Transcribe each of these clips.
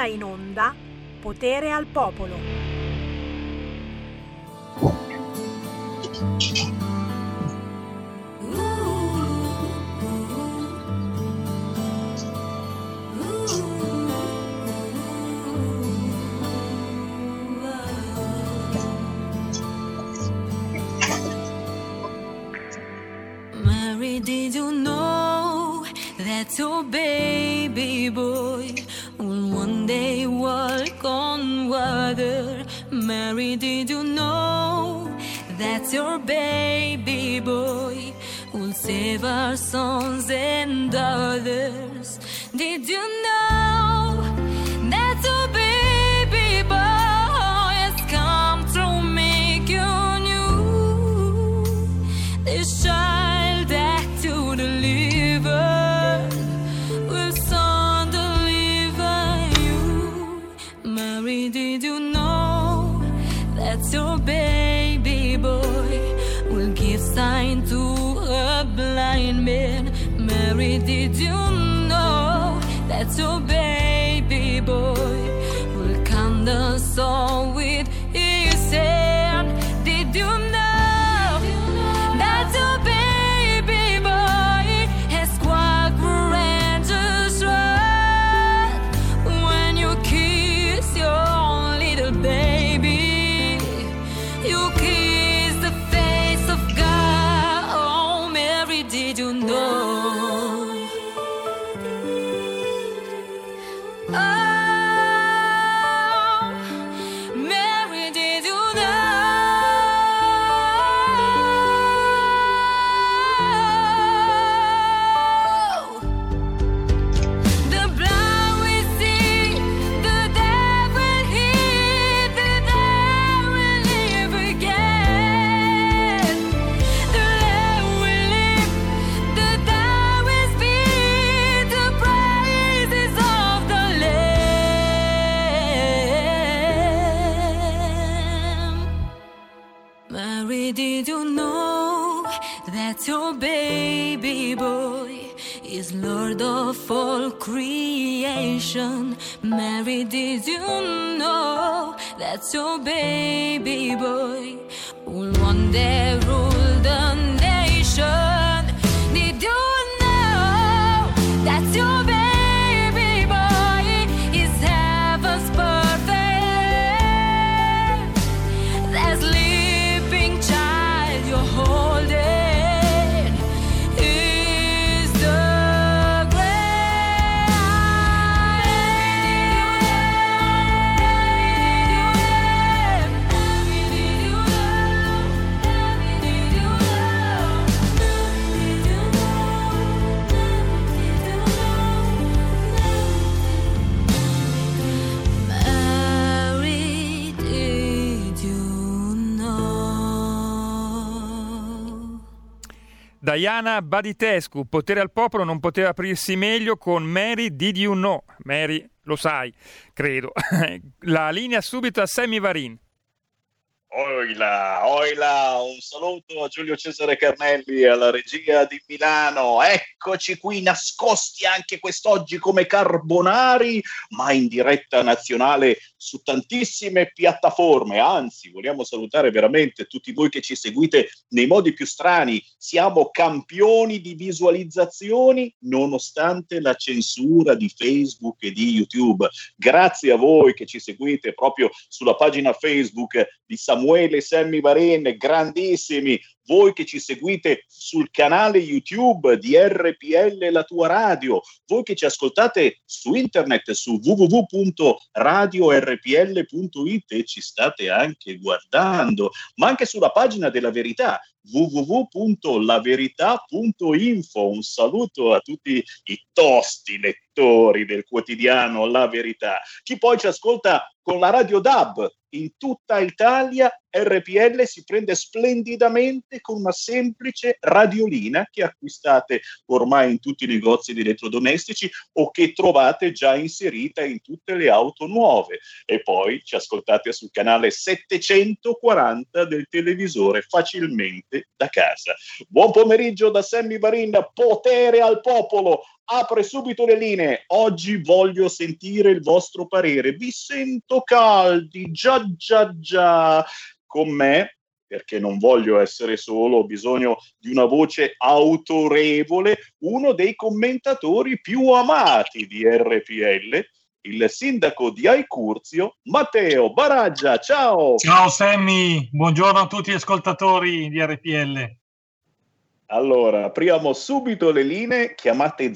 in onda Potere al Popolo. Mary, did you know that your baby boy will one day walk on water? Mary, did you know that your baby boy will save our sons and daughters? Did you know that your baby boy has come to make you new? This child that you delivered will soon deliver you. Mary, did you know that your baby boy will give sign to a blind man? Mary, did you know that your baby boy will calm the storm with his hand? Did you know that your baby boy has quite courageous run? When you kiss your little baby, you kiss the face of God. Oh, Mary, did you know? Oh, Mary, did you know? The blind will see, the deaf will hear, the dead will live again. The lame will live, the dead will speak the praises of the Lamb. Mary, did you know that your baby boy is Lord of all creation? Mary, did you know that your baby boy will one day rule the nation? Did you know that your baby boy is heaven's perfect? That sleeping child you're holding is the great I am. Did you Mary, did you know? Diana Baditescu, Potere al Popolo non poteva aprirsi meglio con Mary, did you know? Mary, lo sai, credo. La linea subito a Sammy Varin. Oila, oila, un saluto a Giulio Cesare Carnelli alla regia di Milano. Eccoci qui nascosti anche quest'oggi come carbonari, ma in diretta nazionale su tantissime piattaforme. Anzi, vogliamo salutare veramente tutti voi che ci seguite nei modi più strani. Siamo campioni di visualizzazioni nonostante la censura di Facebook e di YouTube. Grazie a voi che ci seguite proprio sulla pagina Facebook di Samuele Sammy Varin, grandissimi, voi che ci seguite sul canale YouTube di RPL La Tua Radio, voi che ci ascoltate su internet su www.radiorpl.it e ci state anche guardando, ma anche sulla pagina della Verità, www.laverità.info. Un saluto a tutti i tosti lettori del quotidiano La Verità. Chi poi ci ascolta con la radio DAB in tutta Italia, RPL si prende splendidamente con una semplice radiolina che acquistate ormai in tutti i negozi di elettrodomestici o che trovate già inserita in tutte le auto nuove, e poi ci ascoltate sul canale 740 del televisore facilmente da casa. Buon pomeriggio da Sammy Varin, Potere al Popolo. apre subito le linee. Oggi voglio sentire il vostro parere. Vi sento caldi, già. Con me, perché non voglio essere solo, ho bisogno di una voce autorevole, uno dei commentatori più amati di RPL, il sindaco di Aicurzio, Matteo Baraggia. Ciao! Ciao Sammy, buongiorno a tutti gli ascoltatori di RPL. Allora, apriamo subito le linee, chiamate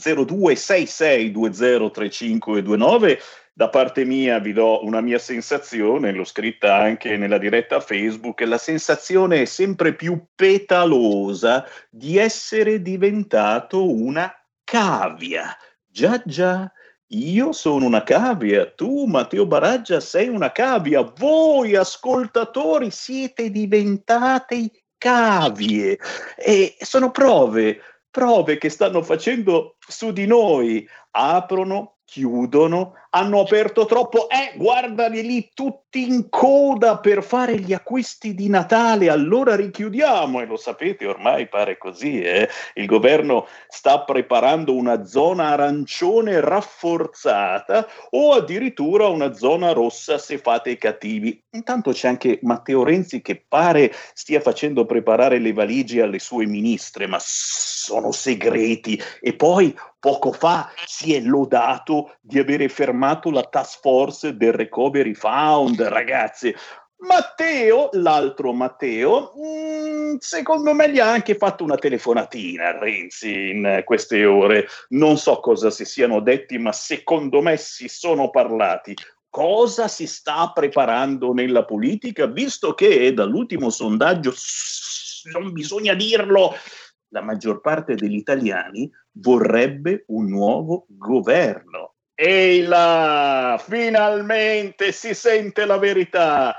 0266203529. Da parte mia vi do una mia sensazione, l'ho scritta anche nella diretta Facebook, la sensazione è sempre più petalosa di essere diventato una cavia. Già, io sono una cavia, tu Matteo Baraggia sei una cavia, voi ascoltatori siete diventati cavie, e sono prove che stanno facendo su di noi, aprono, chiudono, hanno aperto troppo, guardali lì tutti in coda per fare gli acquisti di Natale, allora richiudiamo, e lo sapete ormai pare così, il governo sta preparando una zona arancione rafforzata o addirittura una zona rossa se fate i cattivi. Intanto c'è anche Matteo Renzi che pare stia facendo preparare le valigie alle sue ministre, ma sono segreti, e poi poco fa si è lodato di avere fermato la task force del Recovery Fund, ragazzi. Matteo, l'altro Matteo, secondo me gli ha anche fatto una telefonatina a Renzi in queste ore. Non so cosa si siano detti, ma secondo me si sono parlati. Cosa si sta preparando nella politica, visto che dall'ultimo sondaggio, non bisogna dirlo, la maggior parte degli italiani vorrebbe un nuovo governo. Ehi là, finalmente si sente la verità.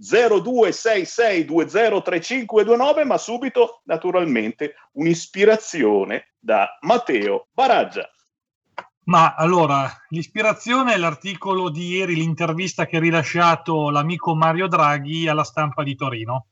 0266203529, ma subito, naturalmente, un'ispirazione da Matteo Baraggia. Ma allora, l'ispirazione è l'articolo di ieri, l'intervista che ha rilasciato l'amico Mario Draghi alla Stampa di Torino.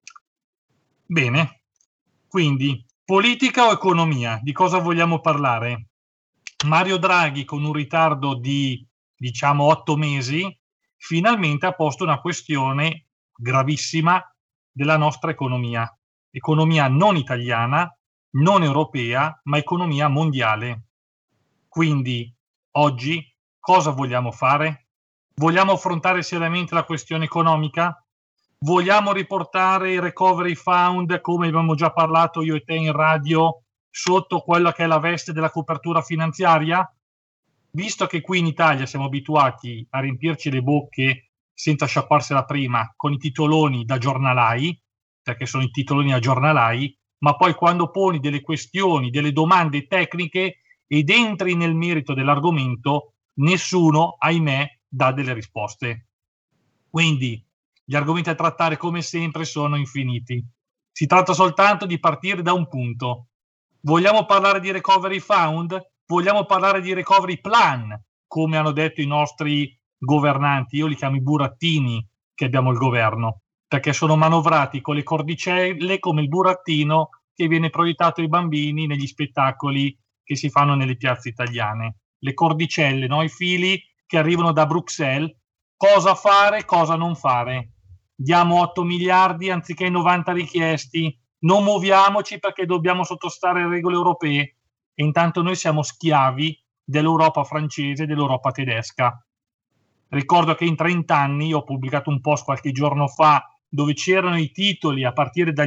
Bene, quindi politica o economia? Di cosa vogliamo parlare? Mario Draghi, con un ritardo di 8 mesi, finalmente ha posto una questione gravissima della nostra economia. Economia non italiana, non europea, ma economia mondiale. Quindi, oggi, cosa vogliamo fare? Vogliamo affrontare seriamente la questione economica? Vogliamo riportare il Recovery Fund, come abbiamo già parlato io e te in radio, sotto quella che è la veste della copertura finanziaria? Visto che qui in Italia siamo abituati a riempirci le bocche senza sciacquarsela prima con i titoloni da giornalai, perché sono i titoloni da giornalai, ma poi quando poni delle questioni, delle domande tecniche ed entri nel merito dell'argomento, nessuno, ahimè, dà delle risposte. Quindi gli argomenti da trattare, come sempre, sono infiniti. Si tratta soltanto di partire da un punto. Vogliamo parlare di Recovery Fund? Vogliamo parlare di Recovery Plan, come hanno detto i nostri governanti? Io li chiamo i burattini che abbiamo il governo, perché sono manovrati con le cordicelle come il burattino che viene proiettato ai bambini negli spettacoli che si fanno nelle piazze italiane. Le cordicelle, no? I fili che arrivano da Bruxelles. Cosa fare, cosa non fare? Diamo 8 miliardi anziché 90 richiesti, non muoviamoci perché dobbiamo sottostare alle regole europee, e intanto noi siamo schiavi dell'Europa francese e dell'Europa tedesca. Ricordo che in 30 anni, ho pubblicato un post qualche giorno fa dove c'erano i titoli a partire dal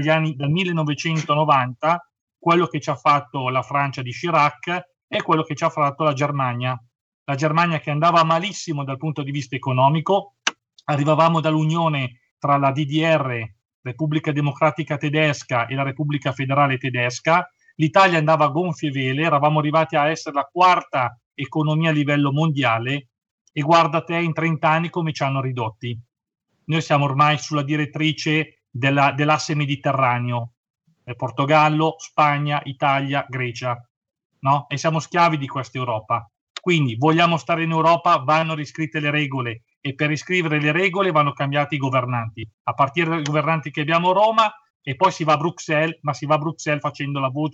1990, quello che ci ha fatto la Francia di Chirac e quello che ci ha fatto la Germania. La Germania che andava malissimo dal punto di vista economico, arrivavamo dall'unione tra la DDR, Repubblica Democratica Tedesca, e la Repubblica Federale Tedesca. L'Italia andava a gonfie vele, eravamo arrivati a essere la quarta economia a livello mondiale, e guarda te in 30 anni come ci hanno ridotti. Noi siamo ormai sulla direttrice dell'asse mediterraneo, Portogallo, Spagna, Italia, Grecia, no? E siamo schiavi di questa Europa. Quindi vogliamo stare in Europa, vanno riscritte le regole, e per riscrivere le regole vanno cambiati i governanti, a partire dai governanti che abbiamo a Roma, e poi si va a Bruxelles, ma si va a Bruxelles facendo la voce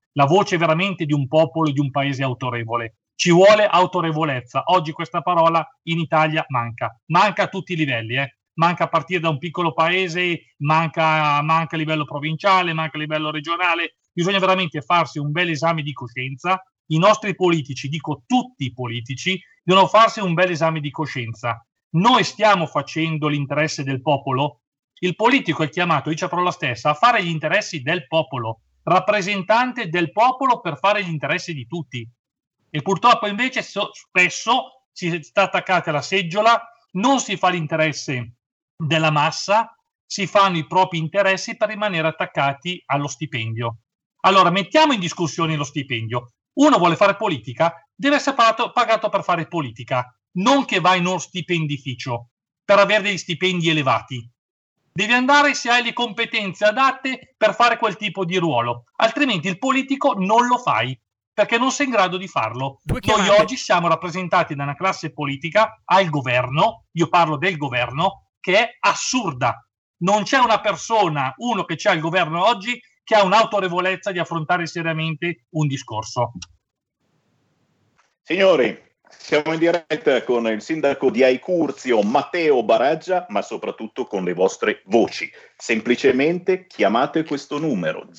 la voce veramente di un popolo e di un paese autorevole. Ci vuole autorevolezza. Oggi questa parola in Italia manca a tutti i livelli, manca a partire da un piccolo paese, manca a livello provinciale, manca a livello regionale. Bisogna veramente farsi un bel esame di coscienza. I nostri politici, dico tutti i politici, devono farsi un bel esame di coscienza. Noi stiamo facendo l'interesse del popolo? Il politico è chiamato, dice la parola stessa, a fare gli interessi del popolo, rappresentante del popolo per fare gli interessi di tutti. E purtroppo invece spesso si sta attaccati alla seggiola, non si fa l'interesse della massa, si fanno i propri interessi per rimanere attaccati allo stipendio. Allora mettiamo in discussione lo stipendio. Uno vuole fare politica, deve essere pagato per fare politica, non che va in uno stipendificio per avere degli stipendi elevati. Devi andare se hai le competenze adatte per fare quel tipo di ruolo, altrimenti il politico non lo fai, perché non sei in grado di farlo. Noi oggi siamo rappresentati da una classe politica al governo, io parlo del governo, che è assurda. Non c'è una persona, uno che c'è al governo oggi, che ha un'autorevolezza di affrontare seriamente un discorso. Signori, siamo in diretta con il sindaco di Aicurzio, Matteo Baraggia, ma soprattutto con le vostre voci. Semplicemente chiamate questo numero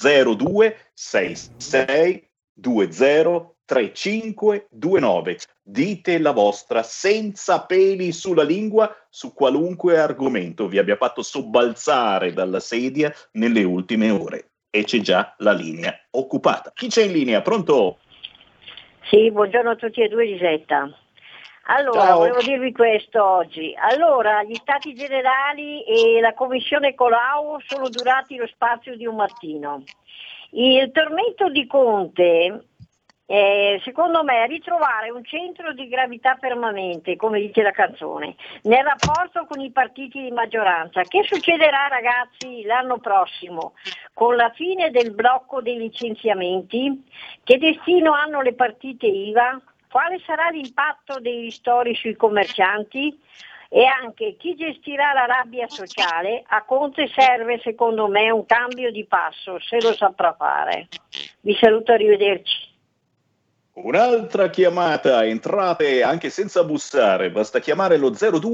0266203529. Dite la vostra senza peli sulla lingua su qualunque argomento vi abbia fatto sobbalzare dalla sedia nelle ultime ore. E c'è già la linea occupata. Chi c'è in linea? Pronto? Sì, buongiorno a tutti e due, Lisetta. Allora, Ciao. volevo dirvi questo oggi. Allora, gli Stati Generali e la Commissione Colau sono durati lo spazio di un mattino. Il tormento di Conte, secondo me, è ritrovare un centro di gravità permanente, come dice la canzone, nel rapporto con i partiti di maggioranza. Che succederà, ragazzi, l'anno prossimo con la fine del blocco dei licenziamenti? Che destino hanno le partite IVA? Quale sarà l'impatto dei ristori sui commercianti? E anche chi gestirà la rabbia sociale? A Conte serve, secondo me, un cambio di passo, se lo saprà fare. Vi saluto, arrivederci. Un'altra chiamata, entrate anche senza bussare, basta chiamare lo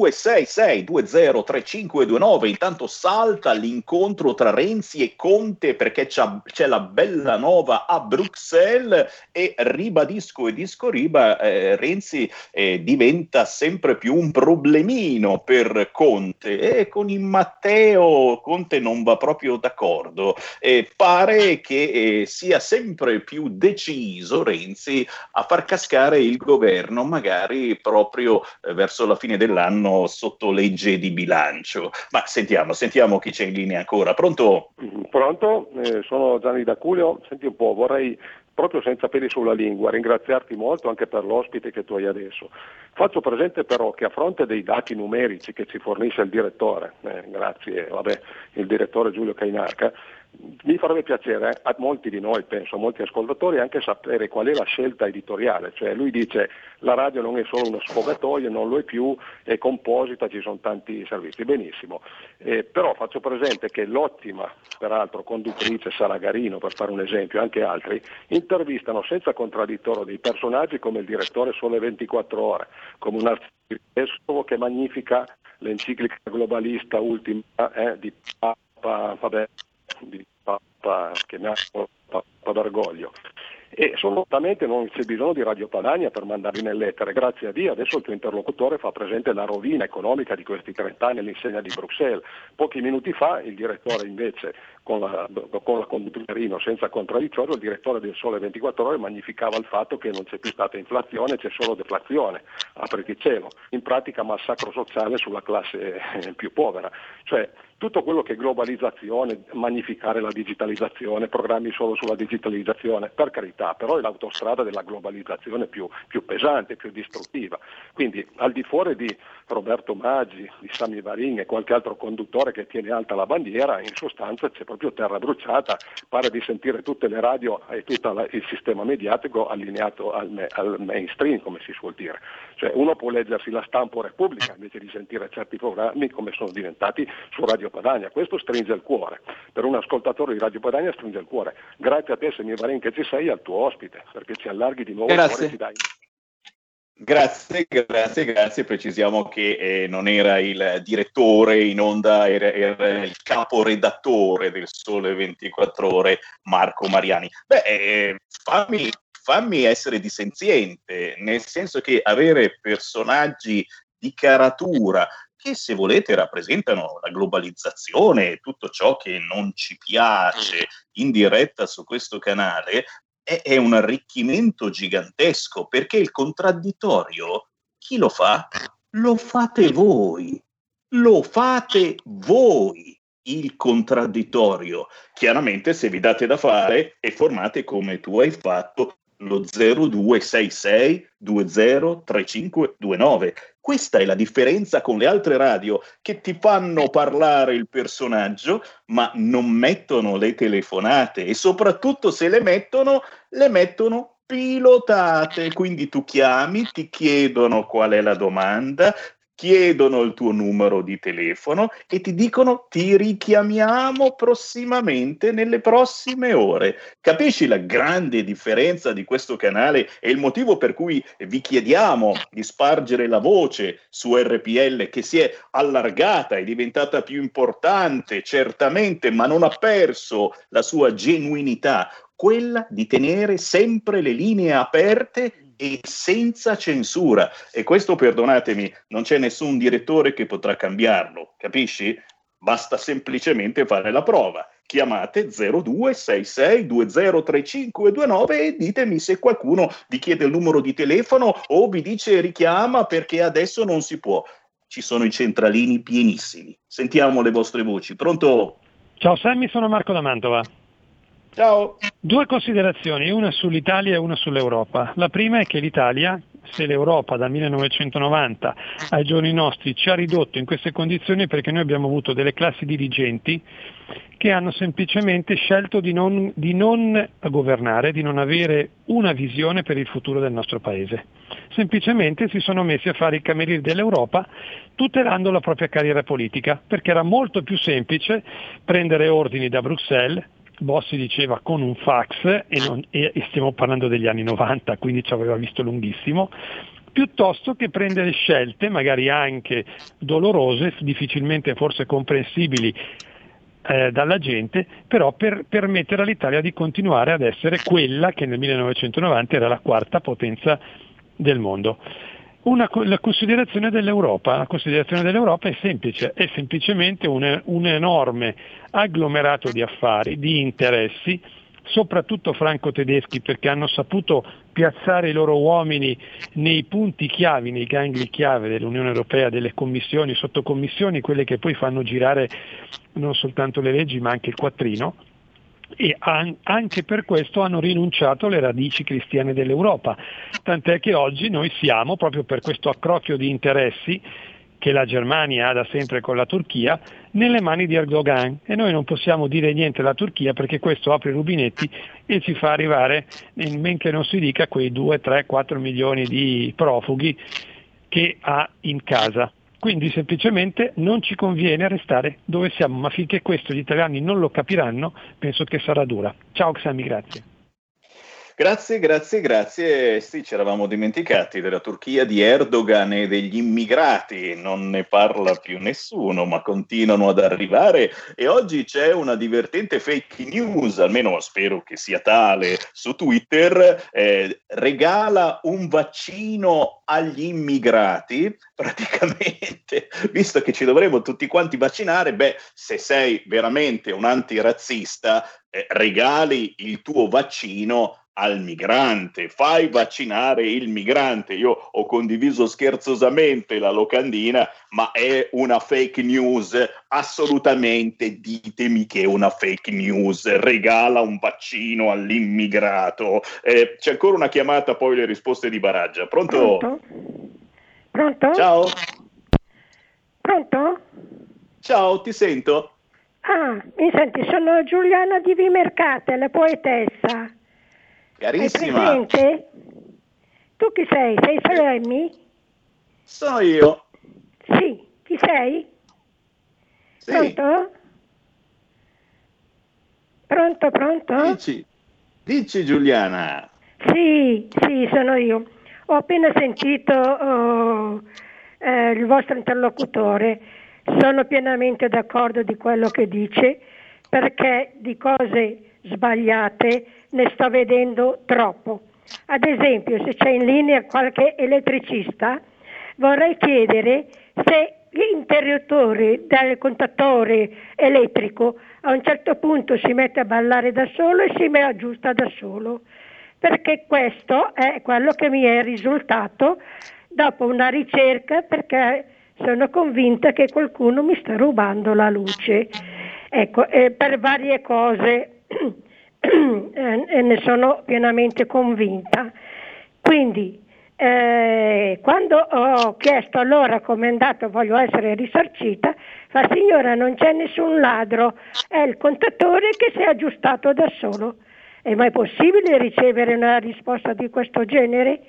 0266203529. Intanto salta l'incontro tra Renzi e Conte perché c'è la bella nova a Bruxelles e ribadisco e disco riba, Renzi diventa sempre più un problemino per Conte e con il Matteo Conte non va proprio d'accordo. Pare che sia sempre più deciso Renzi a far cascare il governo magari proprio verso la fine dell'anno sotto legge di bilancio. Ma sentiamo chi c'è in linea ancora. Pronto? Pronto? Sono Gianni da Culeo. Senti un po', vorrei proprio senza peli sulla lingua ringraziarti molto anche per l'ospite che tu hai adesso. Faccio presente però che a fronte dei dati numerici che ci fornisce il direttore, grazie, il direttore Giulio Cainarca, mi farebbe piacere a molti di noi, penso, a molti ascoltatori, anche sapere qual è la scelta editoriale. Cioè lui dice la radio non è solo uno sfogatoio, non lo è più, è composita, ci sono tanti servizi, benissimo. Però faccio presente che l'ottima, peraltro, conduttrice Sara Garino, per fare un esempio, e anche altri, intervistano senza contraddittorio dei personaggi come il direttore Sole 24 Ore, come un arcivescovo che magnifica l'enciclica globalista ultima di Papa chiamato Papa Bergoglio. E assolutamente non c'è bisogno di Radio Padania per mandarli nell'etere. Grazie a Dio adesso il tuo interlocutore fa presente la rovina economica di questi 30 anni all'insegna di Bruxelles. Pochi minuti fa il direttore invece con la conduttrice senza contraddittorio, il direttore del Sole 24 Ore magnificava il fatto che non c'è più stata inflazione, c'è solo deflazione, apriti cielo, in pratica massacro sociale sulla classe più povera. Cioè tutto quello che è globalizzazione, magnificare la digitalizzazione, programmi solo sulla digitalizzazione, per carità, però è l'autostrada della globalizzazione più pesante, più distruttiva. Quindi al di fuori di Roberto Maggi, di Sami Varin e qualche altro conduttore che tiene alta la bandiera, in sostanza c'è proprio terra bruciata, pare di sentire tutte le radio e tutto il sistema mediatico allineato al mainstream, come si suol dire. Cioè uno può leggersi la Stampa o Repubblica invece di sentire certi programmi come sono diventati su Radio Padania. Questo stringe il cuore, per un ascoltatore di Radio Padania stringe il cuore. Grazie a te Semivarin che ci sei, al tuo ospite, perché ci allarghi di nuovo il cuore, ci dai. Grazie. Precisiamo che non era il direttore in onda, era il caporedattore del Sole 24 Ore, Marco Mariani. Fammi essere dissenziente, nel senso che avere personaggi di caratura che, se volete, rappresentano la globalizzazione e tutto ciò che non ci piace in diretta su questo canale, è un arricchimento gigantesco, perché il contraddittorio chi lo fa? Lo fate voi il contraddittorio, chiaramente se vi date da fare e formate come tu hai fatto lo 0266 203529. Questa è la differenza con le altre radio, che ti fanno parlare il personaggio ma non mettono le telefonate, e soprattutto se le mettono pilotate, quindi tu chiami, ti chiedono qual è la domanda, chiedono il tuo numero di telefono e ti dicono ti richiamiamo prossimamente nelle prossime ore. Capisci la grande differenza di questo canale e il motivo per cui vi chiediamo di spargere la voce su RPL, che si è allargata, è diventata più importante certamente, ma non ha perso la sua genuinità, quella di tenere sempre le linee aperte e senza censura, e questo, perdonatemi, non c'è nessun direttore che potrà cambiarlo, capisci? Basta semplicemente fare la prova. Chiamate 0266 203529 e ditemi se qualcuno vi chiede il numero di telefono o vi dice richiama perché adesso non si può. Ci sono i centralini pienissimi. Sentiamo le vostre voci. Pronto? Ciao Sammy, sono Marco da Mantova. Ciao. 2 considerazioni, una sull'Italia e una sull'Europa. La prima è che l'Italia, se l'Europa dal 1990 ai giorni nostri ci ha ridotto in queste condizioni, perché noi abbiamo avuto delle classi dirigenti che hanno semplicemente scelto di non governare, di non avere una visione per il futuro del nostro paese. Semplicemente si sono messi a fare i camerieri dell'Europa tutelando la propria carriera politica, perché era molto più semplice prendere ordini da Bruxelles. Bossi diceva con un fax, e stiamo parlando degli anni 90, quindi ci aveva visto lunghissimo, piuttosto che prendere scelte magari anche dolorose, difficilmente forse comprensibili dalla gente, però per permettere all'Italia di continuare ad essere quella che nel 1990 era la 4ª potenza del mondo. La considerazione dell'Europa è semplice, è semplicemente un enorme agglomerato di affari, di interessi, soprattutto franco-tedeschi, perché hanno saputo piazzare i loro uomini nei punti chiavi, nei gangli chiave dell'Unione Europea, delle commissioni, sottocommissioni, quelle che poi fanno girare non soltanto le leggi ma anche il quattrino. E anche per questo hanno rinunciato alle radici cristiane dell'Europa, tant'è che oggi noi siamo, proprio per questo accrocchio di interessi che la Germania ha da sempre con la Turchia, nelle mani di Erdogan, e noi non possiamo dire niente alla Turchia perché questo apre i rubinetti e ci fa arrivare, men che non si dica, quei 2, 3, 4 milioni di profughi che ha in casa. Quindi semplicemente non ci conviene restare dove siamo, ma finché questo gli italiani non lo capiranno, penso che sarà dura. Ciao Xami, grazie. Grazie. Sì, ci eravamo dimenticati della Turchia, di Erdogan e degli immigrati. Non ne parla più nessuno, ma continuano ad arrivare. E oggi c'è una divertente fake news, almeno spero che sia tale, su Twitter. Regala un vaccino agli immigrati. Praticamente, visto che ci dovremo tutti quanti vaccinare, se sei veramente un antirazzista, regali il tuo vaccino al migrante, fai vaccinare il migrante. Io ho condiviso scherzosamente la locandina, ma è una fake news, assolutamente ditemi che è una fake news, regala un vaccino all'immigrato. C'è ancora una chiamata, poi le risposte di Baraggia. Pronto? Ciao. Pronto? Ciao, ti sento. Ah, mi senti? Sono Giuliana di Vimercate, la poetessa. Carissima. Hai presente? Tu chi sei? Sei Fermi? Sono io. Sì, chi sei? Sì. Pronto? Pronto? Dici Giuliana. Sì, sono io. Ho appena sentito il vostro interlocutore. Sono pienamente d'accordo di quello che dice, perché di cose sbagliate ne sto vedendo troppo. Ad esempio, se c'è in linea qualche elettricista, vorrei chiedere se l'interruttore del contatore elettrico a un certo punto si mette a ballare da solo e si aggiusta da solo, perché questo è quello che mi è risultato dopo una ricerca, perché sono convinta che qualcuno mi sta rubando la luce. Ecco, per varie cose ne sono pienamente convinta. Quindi quando ho chiesto allora come è andato, voglio essere risarcita, fa: signora, non c'è nessun ladro, è il contatore che si è aggiustato da solo. È mai possibile ricevere una risposta di questo genere?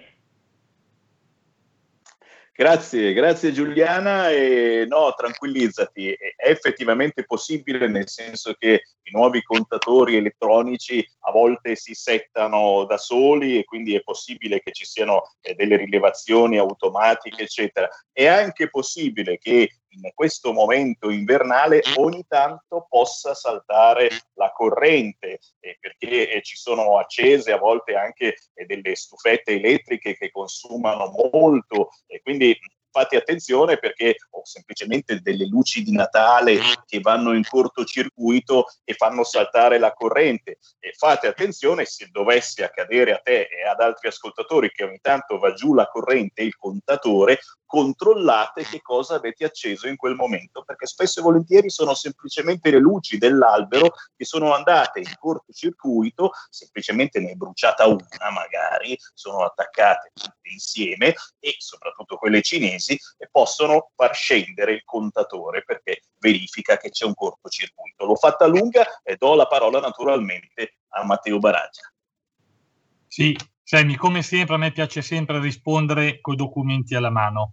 Grazie Giuliana, e no, tranquillizzati, è effettivamente possibile, nel senso che i nuovi contatori elettronici a volte si settano da soli e quindi è possibile che ci siano delle rilevazioni automatiche, eccetera. È anche possibile che in questo momento invernale ogni tanto possa saltare la corrente, perché ci sono accese a volte anche delle stufette elettriche che consumano molto, e quindi fate attenzione, perché ho semplicemente delle luci di Natale che vanno in cortocircuito e fanno saltare la corrente. E fate attenzione, se dovesse accadere a te e ad altri ascoltatori che ogni tanto va giù la corrente e il contatore, controllate che cosa avete acceso in quel momento, perché spesso e volentieri sono semplicemente le luci dell'albero che sono andate in cortocircuito, semplicemente ne è bruciata una magari, sono attaccate tutte insieme, e soprattutto quelle cinesi, e possono far scendere il contatore perché verifica che c'è un cortocircuito. L'ho fatta lunga e do la parola naturalmente a Matteo Baraggia. Sì, Sammy, come sempre a me piace sempre rispondere coi documenti alla mano.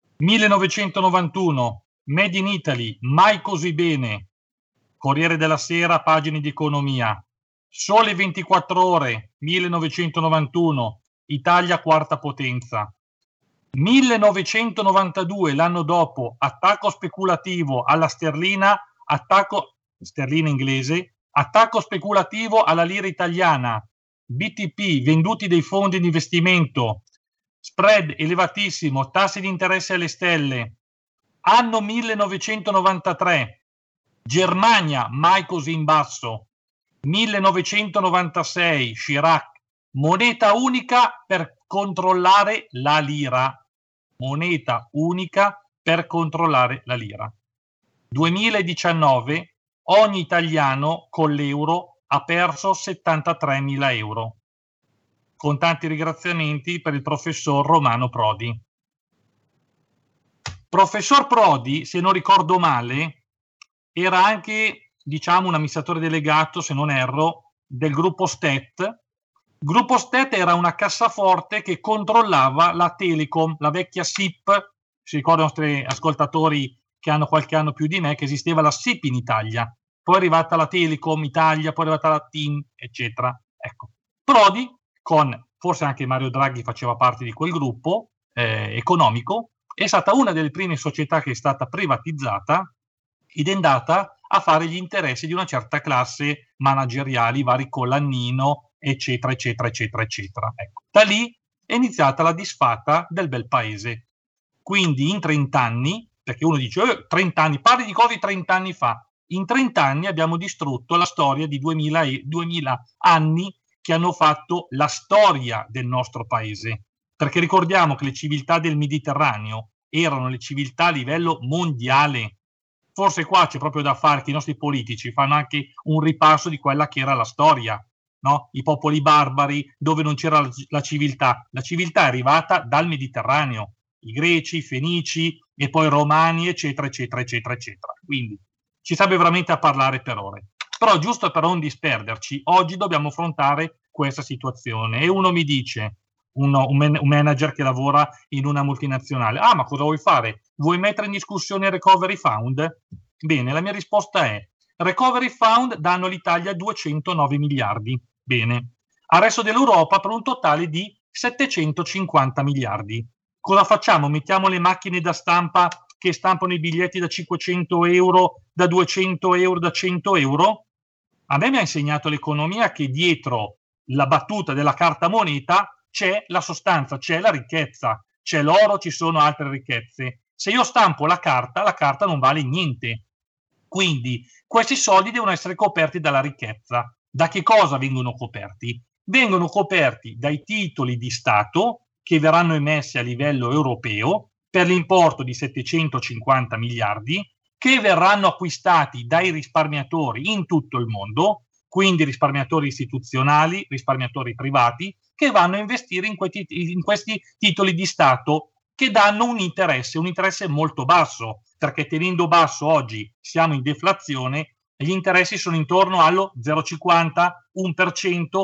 1991, Made in Italy, mai così bene. Corriere della Sera, pagine di economia. Sole 24 ore, 1991, Italia quarta potenza. 1992, l'anno dopo, attacco speculativo alla sterlina, sterlina inglese, attacco speculativo alla lira italiana, BTP, venduti dei fondi di investimento, spread elevatissimo, tassi di interesse alle stelle. Anno 1993, Germania, mai così in basso. 1996, Chirac, moneta unica per controllare la lira. Moneta unica per controllare la lira. 2019, ogni italiano con l'euro ha perso 73.000 euro. Con tanti ringraziamenti per il professor Romano Prodi. Professor Prodi, se non ricordo male, era anche, diciamo, un amministratore delegato, se non erro, del gruppo Stet. Gruppo Stet era una cassaforte che controllava la Telecom, la vecchia SIP. Si ricordano i nostri ascoltatori che hanno qualche anno più di me che esisteva la SIP in Italia, poi è arrivata la Telecom Italia, poi è arrivata la TIM, eccetera. Ecco, Prodi, con forse anche Mario Draghi faceva parte di quel gruppo economico, è stata una delle prime società che è stata privatizzata ed è andata a fare gli interessi di una certa classe manageriali, vari Colannino, eccetera, eccetera, eccetera, eccetera. Ecco, da lì è iniziata la disfatta del bel paese. Quindi in 30 anni, perché uno dice 30 anni, parli di cose 30 anni fa, in 30 anni abbiamo distrutto la storia di 2000 anni che hanno fatto la storia del nostro paese. Perché ricordiamo che le civiltà del Mediterraneo erano le civiltà a livello mondiale. Forse qua c'è proprio da fare che i nostri politici fanno anche un ripasso di quella che era la storia, no? I popoli barbari, dove non c'era la civiltà. La civiltà è arrivata dal Mediterraneo, i greci, i fenici e poi i romani, eccetera, eccetera, eccetera, eccetera. Quindi ci sarebbe veramente a parlare per ore. Però giusto per non disperderci, oggi dobbiamo affrontare questa situazione. E uno mi dice, un manager che lavora in una multinazionale, ma cosa vuoi fare? Vuoi mettere in discussione il Recovery Fund? Bene, la mia risposta è: Recovery Fund danno all'Italia 209 miliardi. Bene. Al resto dell'Europa per un totale di 750 miliardi. Cosa facciamo? Mettiamo le macchine da stampa che stampano i biglietti da 500 euro, da 200 euro, da 100 euro? A me mi ha insegnato l'economia che dietro la battuta della carta moneta c'è la sostanza, c'è la ricchezza, c'è l'oro, ci sono altre ricchezze. Se io stampo la carta non vale niente. Quindi questi soldi devono essere coperti dalla ricchezza. Da che cosa vengono coperti? Vengono coperti dai titoli di Stato che verranno emessi a livello europeo per l'importo di 750 miliardi, che verranno acquistati dai risparmiatori in tutto il mondo, quindi risparmiatori istituzionali, risparmiatori privati, che vanno a investire in questi titoli di Stato che danno un interesse molto basso, perché tenendo basso oggi siamo in deflazione, gli interessi sono intorno allo 0,50, 1%,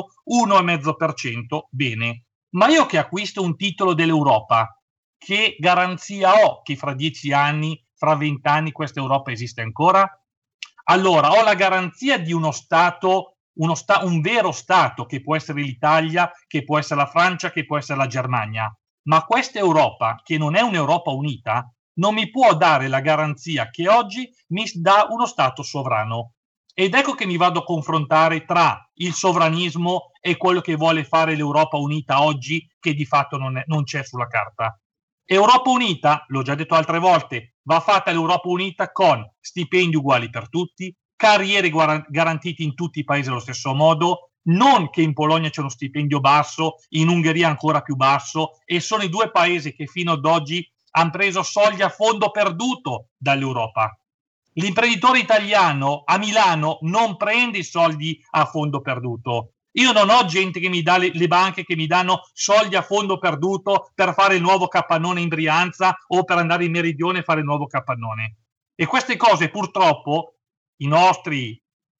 1,5%. Bene, ma io che acquisto un titolo dell'Europa, che garanzia ho che fra 10 anni, fra 20 anni questa Europa esiste ancora? Allora, ho la garanzia di uno Stato, un vero Stato, che può essere l'Italia, che può essere la Francia, che può essere la Germania. Ma questa Europa, che non è un'Europa unita, non mi può dare la garanzia che oggi mi dà uno Stato sovrano. Ed ecco che mi vado a confrontare tra il sovranismo e quello che vuole fare l'Europa unita oggi, che di fatto non c'è sulla carta. Europa unita, l'ho già detto altre volte, va fatta l'Europa unita con stipendi uguali per tutti, carriere garantiti in tutti i paesi allo stesso modo, non che in Polonia c'è uno stipendio basso, in Ungheria ancora più basso, e sono i due paesi che fino ad oggi hanno preso soldi a fondo perduto dall'Europa. L'imprenditore italiano a Milano non prende i soldi a fondo perduto. Io non ho gente che mi dà le banche che mi danno soldi a fondo perduto per fare il nuovo capannone in Brianza o per andare in Meridione e fare il nuovo capannone. E queste cose purtroppo i nostri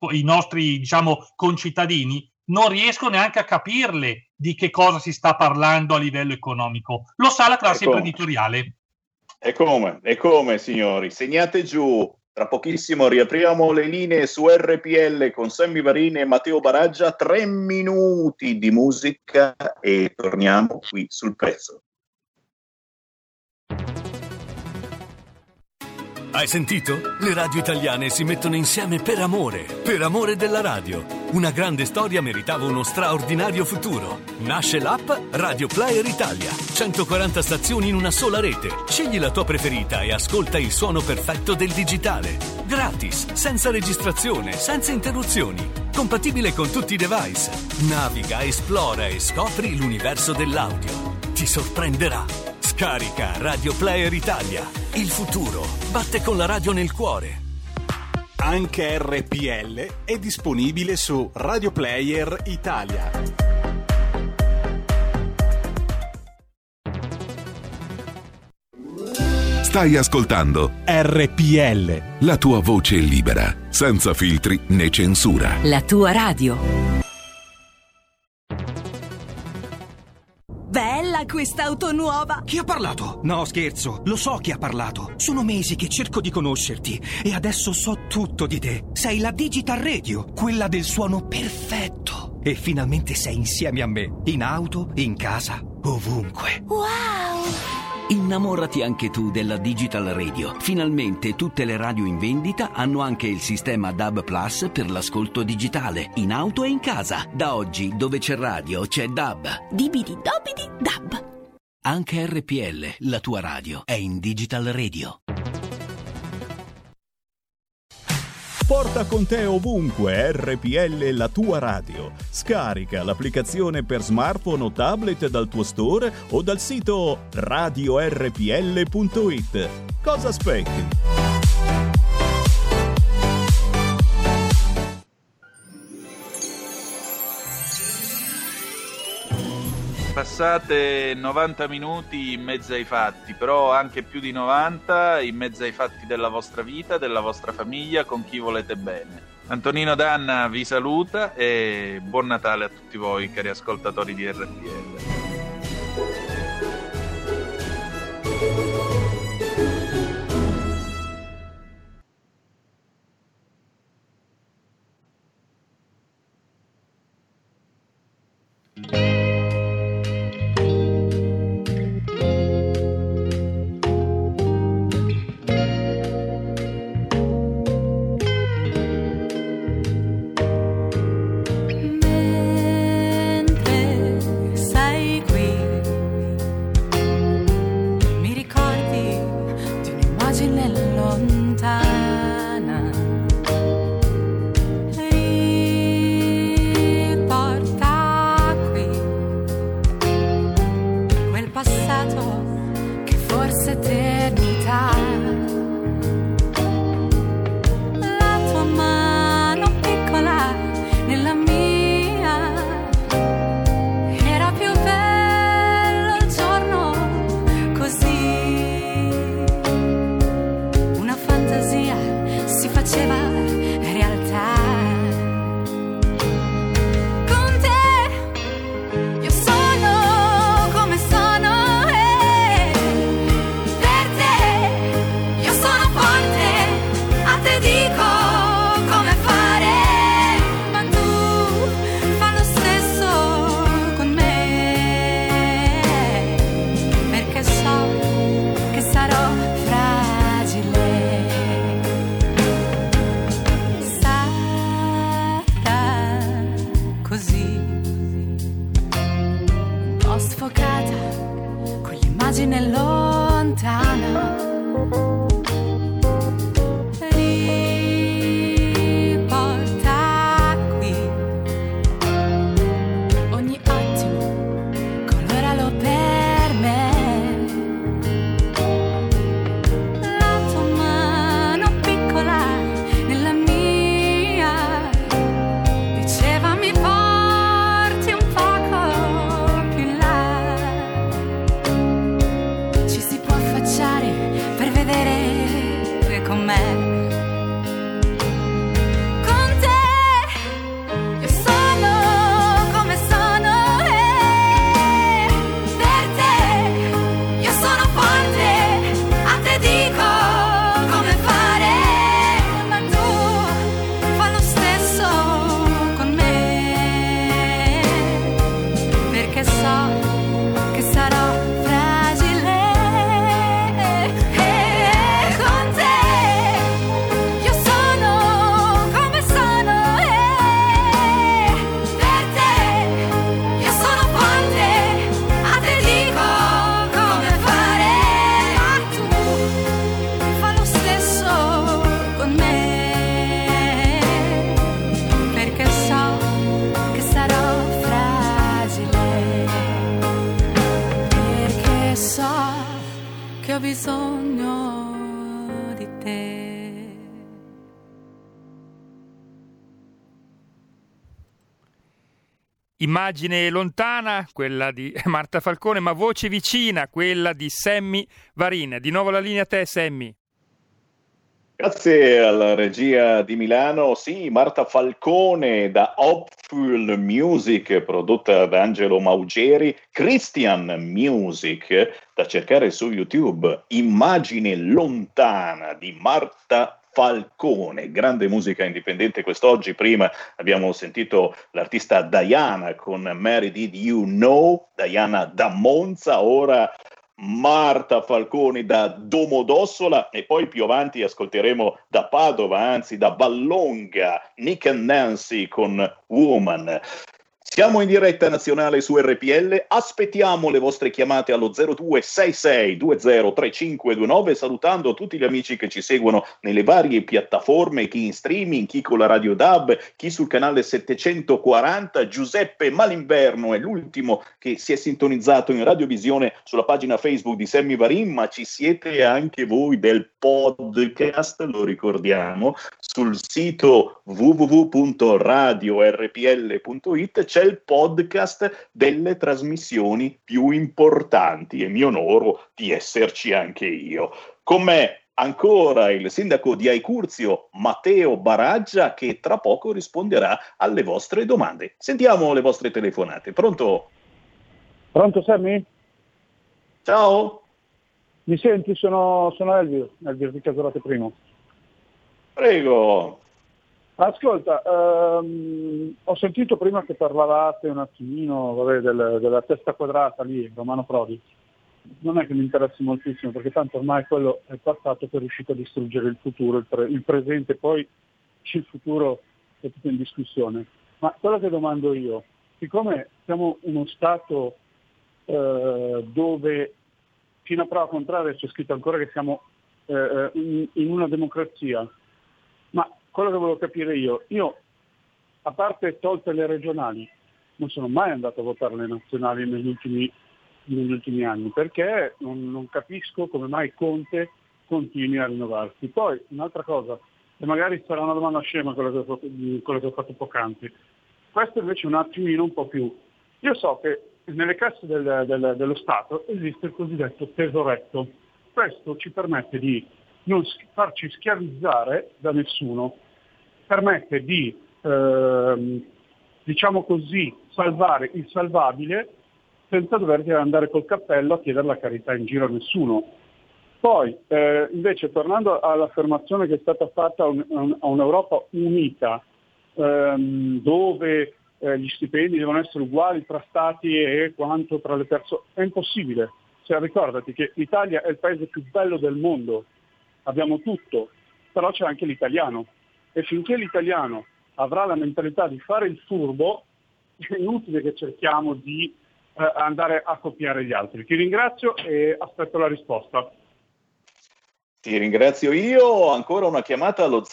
diciamo concittadini non riescono neanche a capirle di che cosa si sta parlando a livello economico. Lo sa la classe imprenditoriale. E come signori, segnate giù. Tra pochissimo riapriamo le linee su RPL con Sammy Varini e Matteo Baraggia, 3 minuti di musica e torniamo qui sul pezzo. Hai sentito? Le radio italiane si mettono insieme per amore della radio. Una grande storia meritava uno straordinario futuro. Nasce l'app Radio Player Italia. 140 stazioni in una sola rete. Scegli la tua preferita e ascolta il suono perfetto del digitale. Gratis, senza registrazione, senza interruzioni. Compatibile con tutti i device. Naviga, esplora e scopri l'universo dell'audio. Ti sorprenderà. Scarica Radio Player Italia. Il futuro batte con la radio nel cuore. Anche RPL è disponibile su Radio Player Italia. Stai ascoltando RPL, la tua voce libera, senza filtri né censura. La tua radio. Bella quest'auto nuova! Chi ha parlato? No, scherzo, lo so chi ha parlato. Sono mesi che cerco di conoscerti e adesso so tutto di te. Sei la Digital Radio, quella del suono perfetto. E finalmente sei insieme a me, in auto, in casa, ovunque. Wow! Innamorati anche tu della Digital Radio. Finalmente tutte le radio in vendita hanno anche il sistema DAB Plus per l'ascolto digitale, in auto e in casa. Da oggi, dove c'è radio, c'è DAB. Dibidi dobidi DAB. Anche RPL, la tua radio, è in Digital Radio. Porta con te ovunque RPL, la tua radio. Scarica l'applicazione per smartphone o tablet dal tuo store o dal sito radiorpl.it. Cosa aspetti? Passate 90 minuti in mezzo ai fatti, però anche più di 90 in mezzo ai fatti della vostra vita, della vostra famiglia, con chi volete bene. Antonino Danna vi saluta e buon Natale a tutti voi, cari ascoltatori di RPL. lontana. Riporta qui ogni attimo, coloralo per me. La tua mano piccola nella mia diceva mi porti un poco più in là. Ci si può affacciare per vedere com'è. Con te io sono come sono e per te io sono forte, a te dico come fare, ma tu fa lo stesso con me, perché so che sarò fragile. Con te io sono come sono e per te io sono forte, a te dico come fare, ma tu fa lo stesso con me, perché so che sarò fragile, perché so che ho bisogno di te. Immagine lontana, quella di Marta Falcone, ma voce vicina, quella di Sammy Varin. Di nuovo la linea a te, Sammy. Grazie alla regia di Milano. Sì, Marta Falcone da Hopeful Music, prodotta da Angelo Maugeri, Christian Music, da cercare su YouTube. Immagine lontana di Marta Falcone, grande musica indipendente quest'oggi. Prima abbiamo sentito l'artista Diana con Mary Did You Know, Diana da Monza, ora Marta Falcone da Domodossola e poi più avanti ascolteremo da Padova, anzi da Vallonga, Nick and Nancy con Woman. Siamo in diretta nazionale su RPL, aspettiamo le vostre chiamate allo 0266203529, salutando tutti gli amici che ci seguono nelle varie piattaforme, chi in streaming, chi con la Radio DAB, chi sul canale 740. Giuseppe Malinverno è l'ultimo che si è sintonizzato in radiovisione sulla pagina Facebook di Sammy Varin, ma ci siete anche voi del podcast, lo ricordiamo, sul sito www.radiorpl.it c'è il podcast delle trasmissioni più importanti e mi onoro di esserci anche io. Con me ancora il sindaco di Aicurzio, Matteo Baraggia, che tra poco risponderà alle vostre domande. Sentiamo le vostre telefonate. Pronto? Pronto Sammy? Ciao. Mi senti? Sono Elvio di Casolate Primo. Prego. Ascolta, ho sentito prima che parlavate un attimino della testa quadrata lì, Romano Prodi. Non è che mi interessi moltissimo, perché tanto ormai quello è passato, che è riuscito a distruggere il futuro, il presente, poi il futuro è tutto in discussione. Ma quello che domando io, siccome siamo uno Stato dove fino a prova contraria c'è scritto ancora che siamo in una democrazia, ma quello che volevo capire io, a parte tolte le regionali, non sono mai andato a votare le nazionali negli ultimi anni, perché non capisco come mai Conte continui a rinnovarsi. Poi un'altra cosa, e magari sarà una domanda scema quello che ho fatto poc'anzi, questo invece un attimino un po' più. Io so che nelle casse dello Stato esiste il cosiddetto tesoretto. Questo ci permette di non farci schiavizzare da nessuno, permette di, diciamo così, salvare il salvabile senza dover andare col cappello a chiedere la carità in giro a nessuno. Poi, invece, tornando all'affermazione che è stata fatta a un'Europa unita, dove gli stipendi devono essere uguali tra stati e quanto tra le persone, è impossibile. Cioè, ricordati che l'Italia è il paese più bello del mondo, abbiamo tutto, però c'è anche l'italiano, e finché l'italiano avrà la mentalità di fare il furbo, è inutile che cerchiamo di andare a copiare gli altri. Ti ringrazio e aspetto la risposta. Ti ringrazio io. Ancora una chiamata allo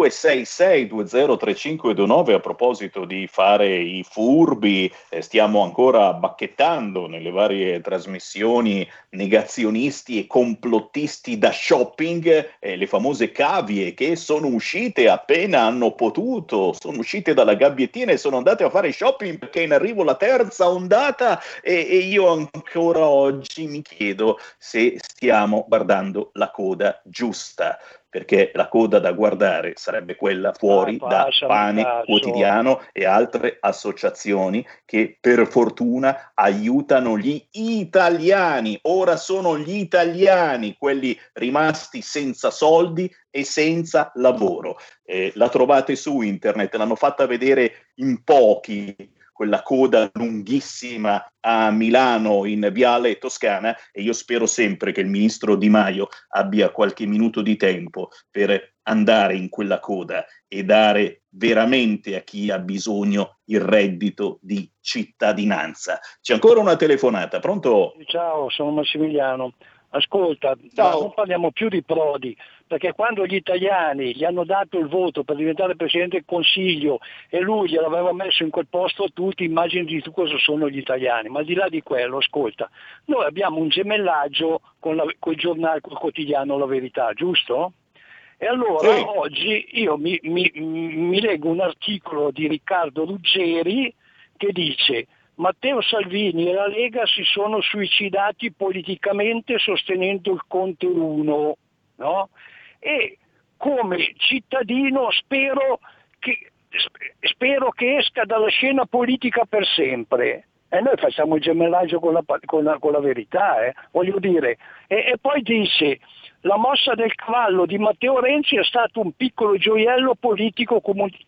0266203529 a proposito di fare i furbi. Stiamo ancora bacchettando nelle varie trasmissioni negazionisti e complottisti da shopping, le famose cavie che sono uscite appena hanno potuto, sono uscite dalla gabbiettina e sono andate a fare shopping perché è in arrivo la terza ondata e io ancora oggi mi chiedo se stiamo guardando la coda giusta, perché la coda da guardare sarebbe quella fuori da Pane Quotidiano e altre associazioni che per fortuna aiutano gli italiani. Ora sono gli italiani quelli rimasti senza soldi e senza lavoro. La trovate su internet, l'hanno fatta vedere in pochi, quella coda lunghissima a Milano in Viale Toscana, e io spero sempre che il ministro Di Maio abbia qualche minuto di tempo per andare in quella coda e dare veramente a chi ha bisogno il reddito di cittadinanza. C'è ancora una telefonata, pronto? Ciao, sono Massimiliano. Ascolta, non parliamo più di Prodi, perché quando gli italiani gli hanno dato il voto per diventare Presidente del Consiglio e lui gliel'aveva messo in quel posto, tu ti immagini di tu cosa sono gli italiani. Ma al di là di quello, ascolta, noi abbiamo un gemellaggio con il giornale, col quotidiano La Verità, giusto? E allora sì. Oggi io mi leggo un articolo di Riccardo Ruggeri che dice: Matteo Salvini e la Lega si sono suicidati politicamente sostenendo il Conte 1, no? E come cittadino spero che esca dalla scena politica per sempre. E noi facciamo il gemellaggio con la Verità, voglio dire. E poi dice: la mossa del cavallo di Matteo Renzi è stato un piccolo gioiello politico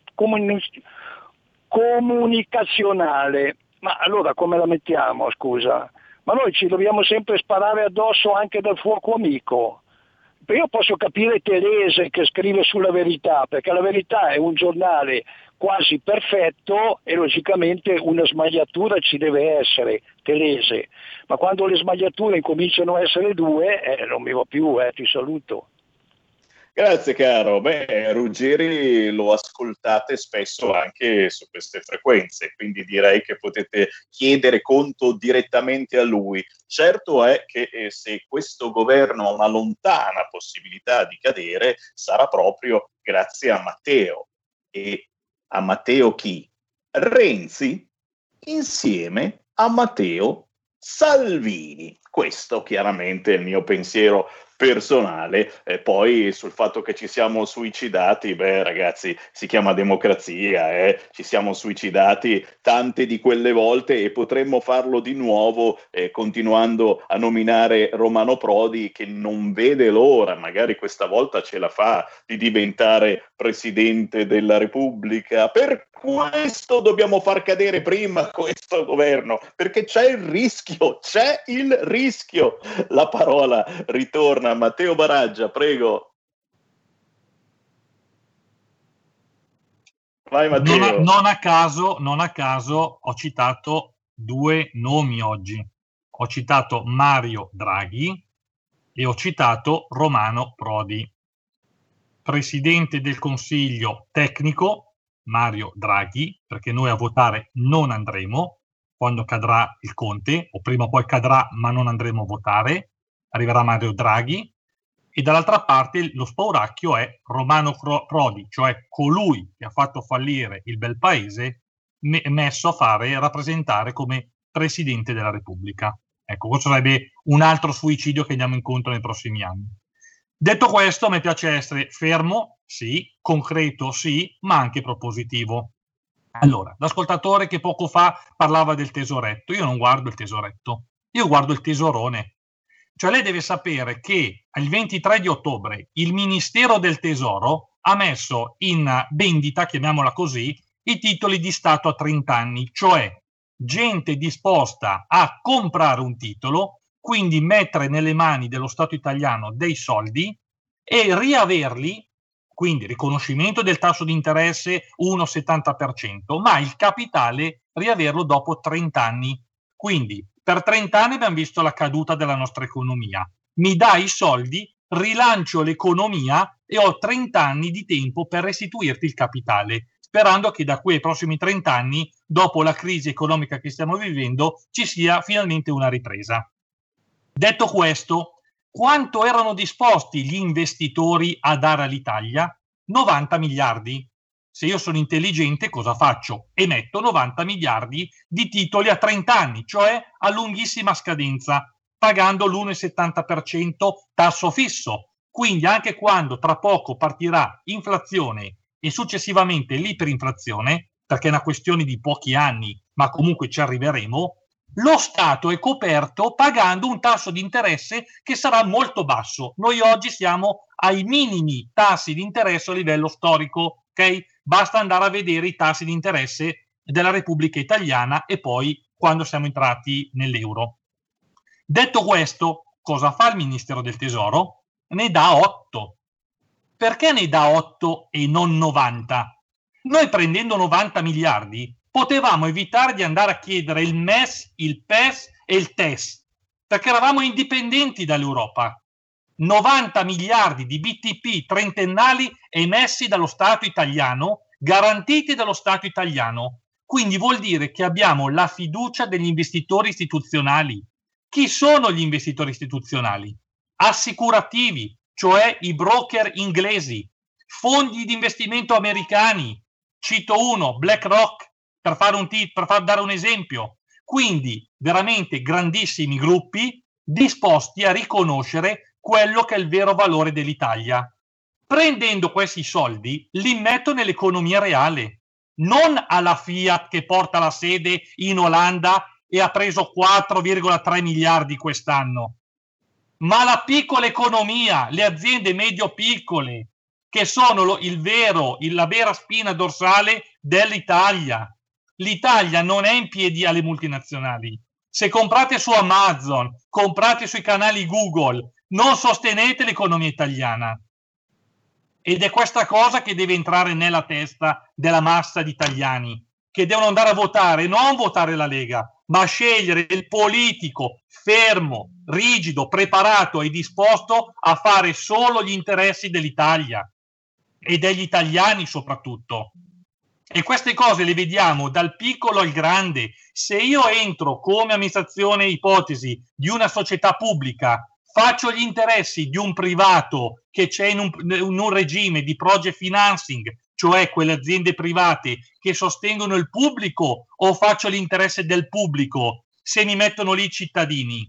comunicazionale. Ma allora come la mettiamo, scusa? Ma noi ci dobbiamo sempre sparare addosso anche dal fuoco amico. Io posso capire Telese che scrive sulla Verità, perché la Verità è un giornale quasi perfetto e logicamente una smagliatura ci deve essere, Telese. Ma quando le smagliature incominciano a essere due, non mi va più, ti saluto. Grazie caro, Ruggeri lo ascoltate spesso anche su queste frequenze, quindi direi che potete chiedere conto direttamente a lui. Certo è che se questo governo ha una lontana possibilità di cadere, sarà proprio grazie a Matteo. E a Matteo chi? Renzi insieme a Matteo Salvini. Questo chiaramente è il mio pensiero personale. Poi sul fatto che ci siamo suicidati, ragazzi, si chiama democrazia, ci siamo suicidati tante di quelle volte e potremmo farlo di nuovo, continuando a nominare Romano Prodi, che non vede l'ora, magari questa volta ce la fa, di diventare Presidente della Repubblica. Per questo dobbiamo far cadere prima questo governo, perché c'è il rischio. La parola ritorna a Matteo Baraggia, prego. Vai Matteo. Non a caso ho citato due nomi oggi. Ho citato Mario Draghi e ho citato Romano Prodi. Presidente del Consiglio tecnico Mario Draghi, perché noi a votare non andremo quando cadrà il Conte, o prima o poi cadrà, ma non andremo a votare. Arriverà Mario Draghi, e dall'altra parte lo spauracchio è Romano Prodi, cioè colui che ha fatto fallire il bel paese, messo a rappresentare come Presidente della Repubblica. Ecco, questo sarebbe un altro suicidio che andiamo incontro nei prossimi anni. Detto questo, a me piace essere fermo, sì, concreto, sì, ma anche propositivo. Allora, l'ascoltatore che poco fa parlava del tesoretto, io non guardo il tesoretto, io guardo il tesorone. Cioè lei deve sapere che il 23 di ottobre il Ministero del Tesoro ha messo in vendita, chiamiamola così, i titoli di Stato a 30 anni, cioè gente disposta a comprare un titolo, quindi mettere nelle mani dello Stato italiano dei soldi e riaverli, quindi riconoscimento del tasso di interesse 1,70%, ma il capitale riaverlo dopo 30 anni. Quindi per 30 anni abbiamo visto la caduta della nostra economia. Mi dai i soldi, rilancio l'economia e ho 30 anni di tempo per restituirti il capitale, sperando che da qui ai prossimi 30 anni, dopo la crisi economica che stiamo vivendo, ci sia finalmente una ripresa. Detto questo, quanto erano disposti gli investitori a dare all'Italia? 90 miliardi. Se io sono intelligente, cosa faccio? Emetto 90 miliardi di titoli a 30 anni, cioè a lunghissima scadenza, pagando l'1,70% tasso fisso. Quindi anche quando tra poco partirà inflazione e successivamente l'iperinflazione, perché è una questione di pochi anni, ma comunque ci arriveremo, lo Stato è coperto pagando un tasso di interesse che sarà molto basso. Noi oggi siamo ai minimi tassi di interesse a livello storico, ok? Basta andare a vedere i tassi di interesse della Repubblica Italiana e poi quando siamo entrati nell'euro. Detto questo, cosa fa il Ministero del Tesoro? Ne dà 8. Perché ne dà 8 e non 90? Noi prendendo 90 miliardi potevamo evitare di andare a chiedere il MES, il PES e il TES, perché eravamo indipendenti dall'Europa. 90 miliardi di BTP trentennali emessi dallo Stato italiano, garantiti dallo Stato italiano. Quindi vuol dire che abbiamo la fiducia degli investitori istituzionali. Chi sono gli investitori istituzionali? Assicurativi, cioè i broker inglesi, fondi di investimento americani, cito uno, BlackRock, per dare un esempio. Quindi veramente grandissimi gruppi disposti a riconoscere quello che è il vero valore dell'Italia. Prendendo questi soldi li metto nell'economia reale, non alla Fiat che porta la sede in Olanda e ha preso 4,3 miliardi quest'anno, ma la piccola economia, le aziende medio-piccole, che sono la vera spina dorsale dell'Italia. L'Italia non è in piedi alle multinazionali. Se comprate su Amazon, comprate sui canali Google, non sostenete l'economia italiana. Ed è questa cosa che deve entrare nella testa della massa di italiani, che devono andare a votare, non votare la Lega, ma scegliere il politico fermo, rigido, preparato e disposto a fare solo gli interessi dell'Italia e degli italiani soprattutto. E queste cose le vediamo dal piccolo al grande. Se io entro come amministrazione ipotesi di una società pubblica, faccio gli interessi di un privato che c'è in un regime di project financing, cioè quelle aziende private che sostengono il pubblico, o faccio l'interesse del pubblico se mi mettono lì i cittadini?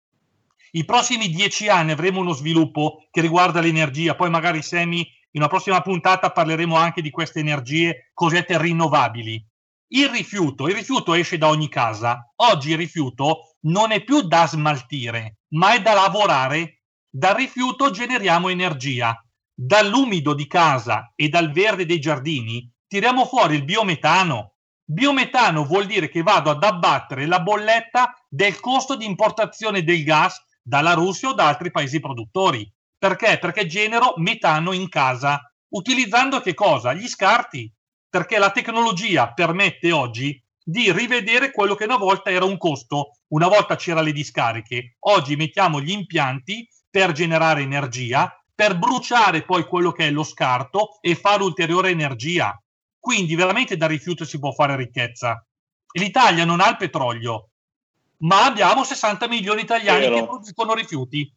I prossimi 10 anni avremo uno sviluppo che riguarda l'energia, poi magari Semi in una prossima puntata parleremo anche di queste energie cosiddette rinnovabili. Il rifiuto esce da ogni casa. Oggi il rifiuto non è più da smaltire, ma è da lavorare. Dal rifiuto generiamo energia. Dall'umido di casa e dal verde dei giardini tiriamo fuori il biometano. Biometano vuol dire che vado ad abbattere la bolletta del costo di importazione del gas dalla Russia o da altri paesi produttori. Perché? Perché genero metano in casa, utilizzando che cosa? Gli scarti. Perché la tecnologia permette oggi di rivedere quello che una volta era un costo. Una volta c'era le discariche, oggi mettiamo gli impianti per generare energia, per bruciare poi quello che è lo scarto e fare ulteriore energia. Quindi veramente da rifiuto si può fare ricchezza. L'Italia non ha il petrolio, ma abbiamo 60 milioni di italiani che producono rifiuti.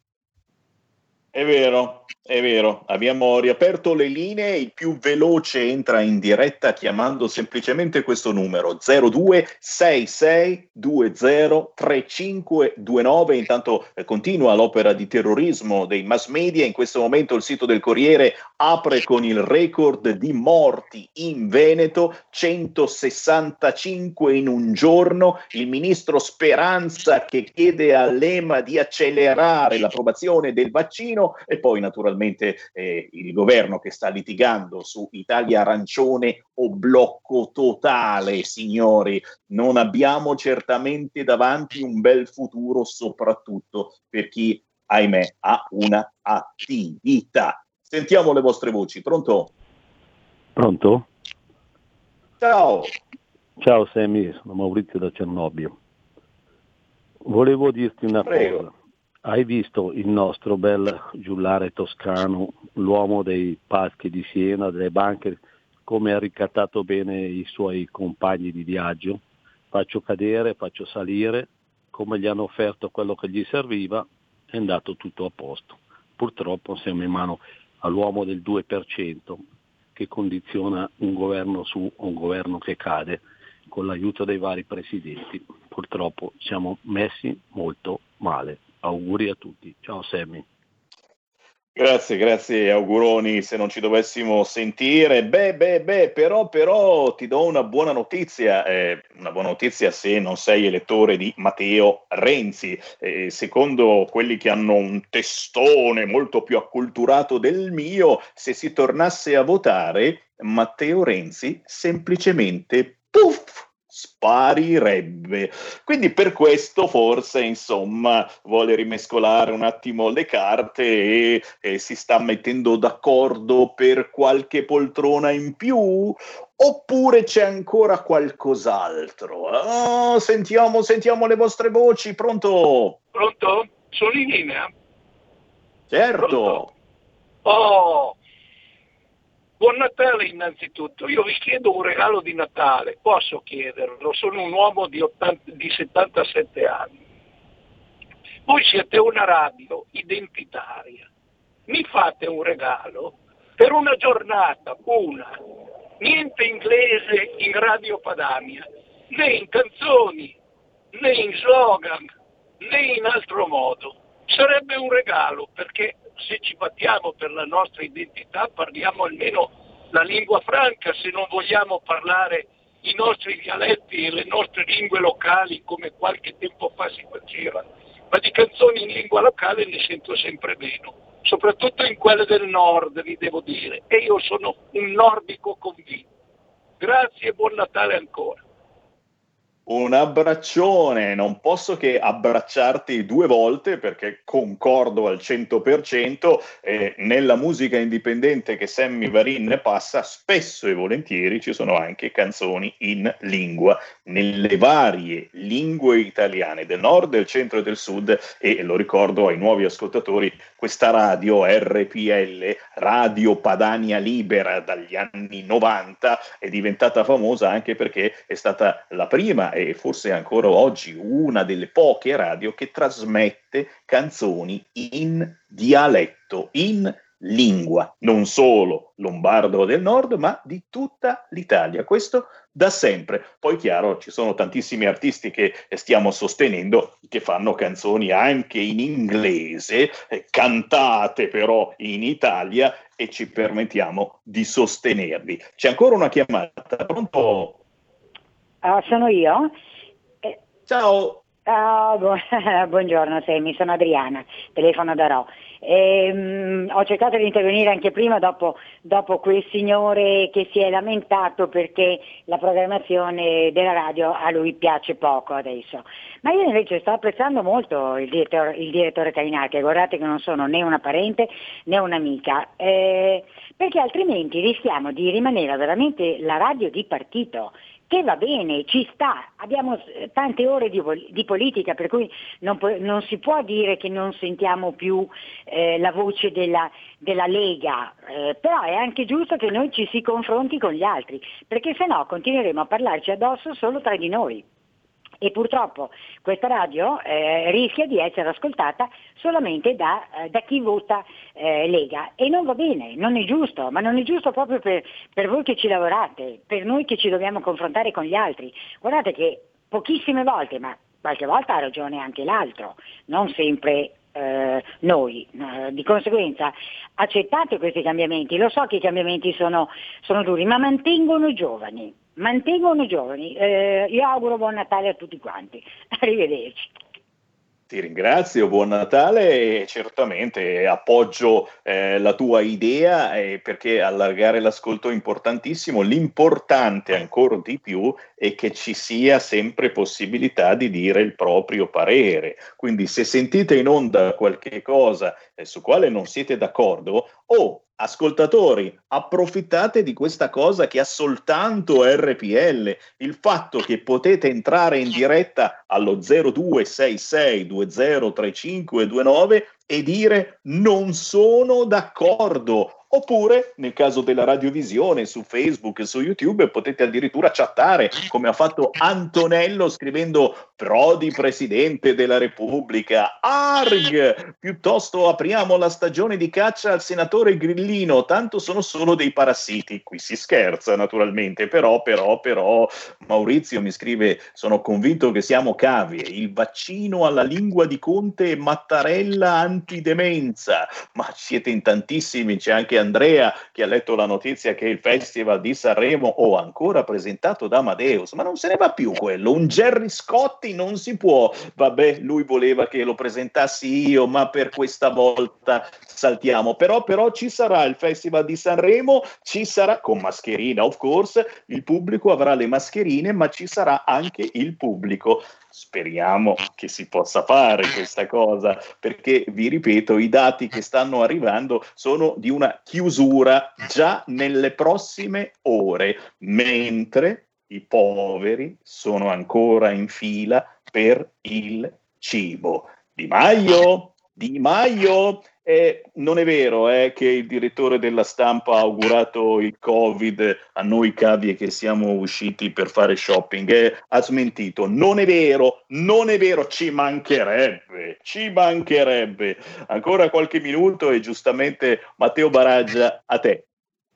È vero, abbiamo riaperto le linee, il più veloce entra in diretta chiamando semplicemente questo numero 0266203529. Intanto continua l'opera di terrorismo dei mass media. In questo momento il sito del Corriere apre con il record di morti in Veneto, 165 in un giorno. Il ministro Speranza che chiede all'EMA di accelerare l'approvazione del vaccino. E poi naturalmente il governo che sta litigando su Italia arancione o blocco totale. Signori, non abbiamo certamente davanti un bel futuro, soprattutto per chi, ahimè, ha una attività. Sentiamo le vostre voci. Pronto? Pronto? Ciao. Ciao Semi, sono Maurizio da Cernobbio. Volevo dirti una Prego. cosa. Hai visto il nostro bel giullare toscano, l'uomo dei palchi di Siena, delle banche, come ha ricattato bene i suoi compagni di viaggio? Faccio cadere, faccio salire, come gli hanno offerto quello che gli serviva, è andato tutto a posto. Purtroppo siamo in mano all'uomo del 2% che condiziona un governo su un governo che cade con l'aiuto dei vari presidenti. Purtroppo siamo messi molto male. Auguri a tutti. Ciao Sammy. Grazie, auguroni se non ci dovessimo sentire. Però ti do una buona notizia se non sei elettore di Matteo Renzi. Secondo quelli che hanno un testone molto più acculturato del mio, se si tornasse a votare, Matteo Renzi semplicemente sparirebbe. Quindi per questo forse insomma vuole rimescolare un attimo le carte e si sta mettendo d'accordo per qualche poltrona in più, oppure c'è ancora qualcos'altro? Sentiamo le vostre voci. Pronto? Sono in linea? Certo. Pronto? Oh, buon Natale innanzitutto. Io vi chiedo un regalo di Natale, posso chiederlo? Sono un uomo di 77 anni. Voi siete una radio identitaria. Mi fate un regalo per una giornata, niente inglese in Radio Padania, né in canzoni, né in slogan, né in altro modo. Sarebbe un regalo, perché se ci battiamo per la nostra identità parliamo almeno la lingua franca, se non vogliamo parlare i nostri dialetti e le nostre lingue locali come qualche tempo fa si faceva, ma di canzoni in lingua locale ne sento sempre meno, soprattutto in quelle del nord, vi devo dire, e io sono un nordico convinto. Grazie e buon Natale ancora. Un abbraccione, non posso che abbracciarti 2 volte perché concordo al 100%. Nella musica indipendente che Sammy Varin passa, spesso e volentieri ci sono anche canzoni in lingua, nelle varie lingue italiane del nord, del centro e del sud, e lo ricordo ai nuovi ascoltatori, questa radio RPL, Radio Padania Libera dagli anni 90, è diventata famosa anche perché è stata la prima e forse ancora oggi una delle poche radio che trasmette canzoni in dialetto, in lingua, non solo lombardo del nord, ma di tutta l'Italia. Questo da sempre. Poi chiaro, ci sono tantissimi artisti che stiamo sostenendo che fanno canzoni anche in inglese, cantate però in Italia, e ci permettiamo di sostenerli. C'è ancora una chiamata. Pronto? Sono io? Ciao. Buongiorno Sammy, sono Adriana, telefono da Rho. Ho cercato di intervenire anche prima dopo quel signore che si è lamentato perché la programmazione della radio a lui piace poco adesso. Ma io invece sto apprezzando molto il direttore Cainarca, guardate che non sono né una parente né un'amica, perché altrimenti rischiamo di rimanere veramente la radio di partito. Che va bene, ci sta, abbiamo tante ore di politica, per cui non si può dire che non sentiamo più la voce della Lega, però è anche giusto che noi ci si confronti con gli altri, perché se no continueremo a parlarci addosso solo tra di noi. E purtroppo questa radio rischia di essere ascoltata solamente da chi vota Lega, e non va bene, non è giusto, ma non è giusto proprio per voi che ci lavorate, per noi che ci dobbiamo confrontare con gli altri. Guardate che pochissime volte, ma qualche volta ha ragione anche l'altro, non sempre noi. Di conseguenza accettate questi cambiamenti, lo so che i cambiamenti sono duri, ma mantengono giovani. Io auguro buon Natale a tutti quanti. Arrivederci. Ti ringrazio, buon Natale, e certamente appoggio la tua idea, perché allargare l'ascolto è importantissimo. L'importante ancora di più è che ci sia sempre possibilità di dire il proprio parere. Quindi se sentite in onda qualche cosa su quale non siete d'accordo, ascoltatori, approfittate di questa cosa che ha soltanto RPL, il fatto che potete entrare in diretta allo 0266203529 e dire non sono d'accordo. Oppure, nel caso della radiovisione, su Facebook e su YouTube potete addirittura chattare, come ha fatto Antonello scrivendo Prodi Presidente della Repubblica, ARG, piuttosto apriamo la stagione di caccia al senatore Grillino, tanto sono solo dei parassiti. Qui si scherza naturalmente, però Maurizio mi scrive, sono convinto che siamo cavie, il vaccino alla lingua di Conte e Mattarella antidemenza, ma siete in tantissimi, c'è anche Andrea che ha letto la notizia che il Festival di Sanremo ancora presentato da Amadeus, ma non se ne va più quello, un Gerry Scotti non si può, vabbè, lui voleva che lo presentassi io, ma per questa volta saltiamo, però ci sarà il Festival di Sanremo, ci sarà con mascherina of course, il pubblico avrà le mascherine, ma ci sarà anche il pubblico. Speriamo che si possa fare questa cosa, perché vi ripeto, i dati che stanno arrivando sono di una chiusura già nelle prossime ore, mentre i poveri sono ancora in fila per il cibo. Di Maio, non è vero che il direttore della Stampa ha augurato il Covid a noi cavie che siamo usciti per fare shopping, ha smentito, non è vero, ci mancherebbe, ancora qualche minuto e giustamente Matteo Baraggia, a te.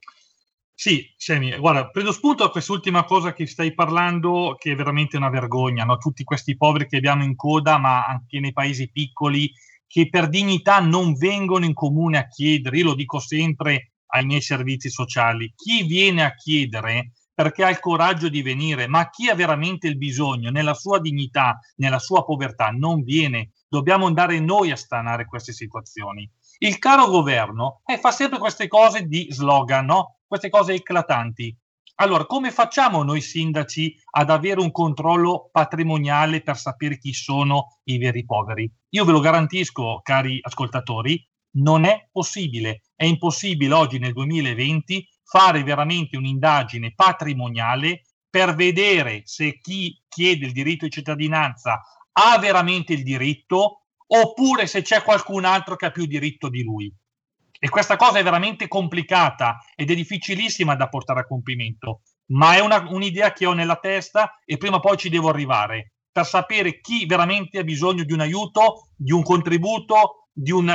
Sì, Semi, guarda, prendo spunto a quest'ultima cosa che stai parlando, che è veramente una vergogna, no? Tutti questi poveri che abbiamo in coda, ma anche nei paesi piccoli, che per dignità non vengono in comune a chiedere. Io lo dico sempre ai miei servizi sociali, chi viene a chiedere perché ha il coraggio di venire, ma chi ha veramente il bisogno, nella sua dignità, nella sua povertà, non viene. Dobbiamo andare noi a stanare queste situazioni. Il caro governo fa sempre queste cose di slogan, no? Queste cose eclatanti. Allora, come facciamo noi sindaci ad avere un controllo patrimoniale per sapere chi sono i veri poveri? Io ve lo garantisco, cari ascoltatori, non è possibile. È impossibile oggi nel 2020 fare veramente un'indagine patrimoniale per vedere se chi chiede il diritto di cittadinanza ha veramente il diritto oppure se c'è qualcun altro che ha più diritto di lui. E questa cosa è veramente complicata ed è difficilissima da portare a compimento, ma è un'idea che ho nella testa e prima o poi ci devo arrivare per sapere chi veramente ha bisogno di un aiuto, di un contributo, di un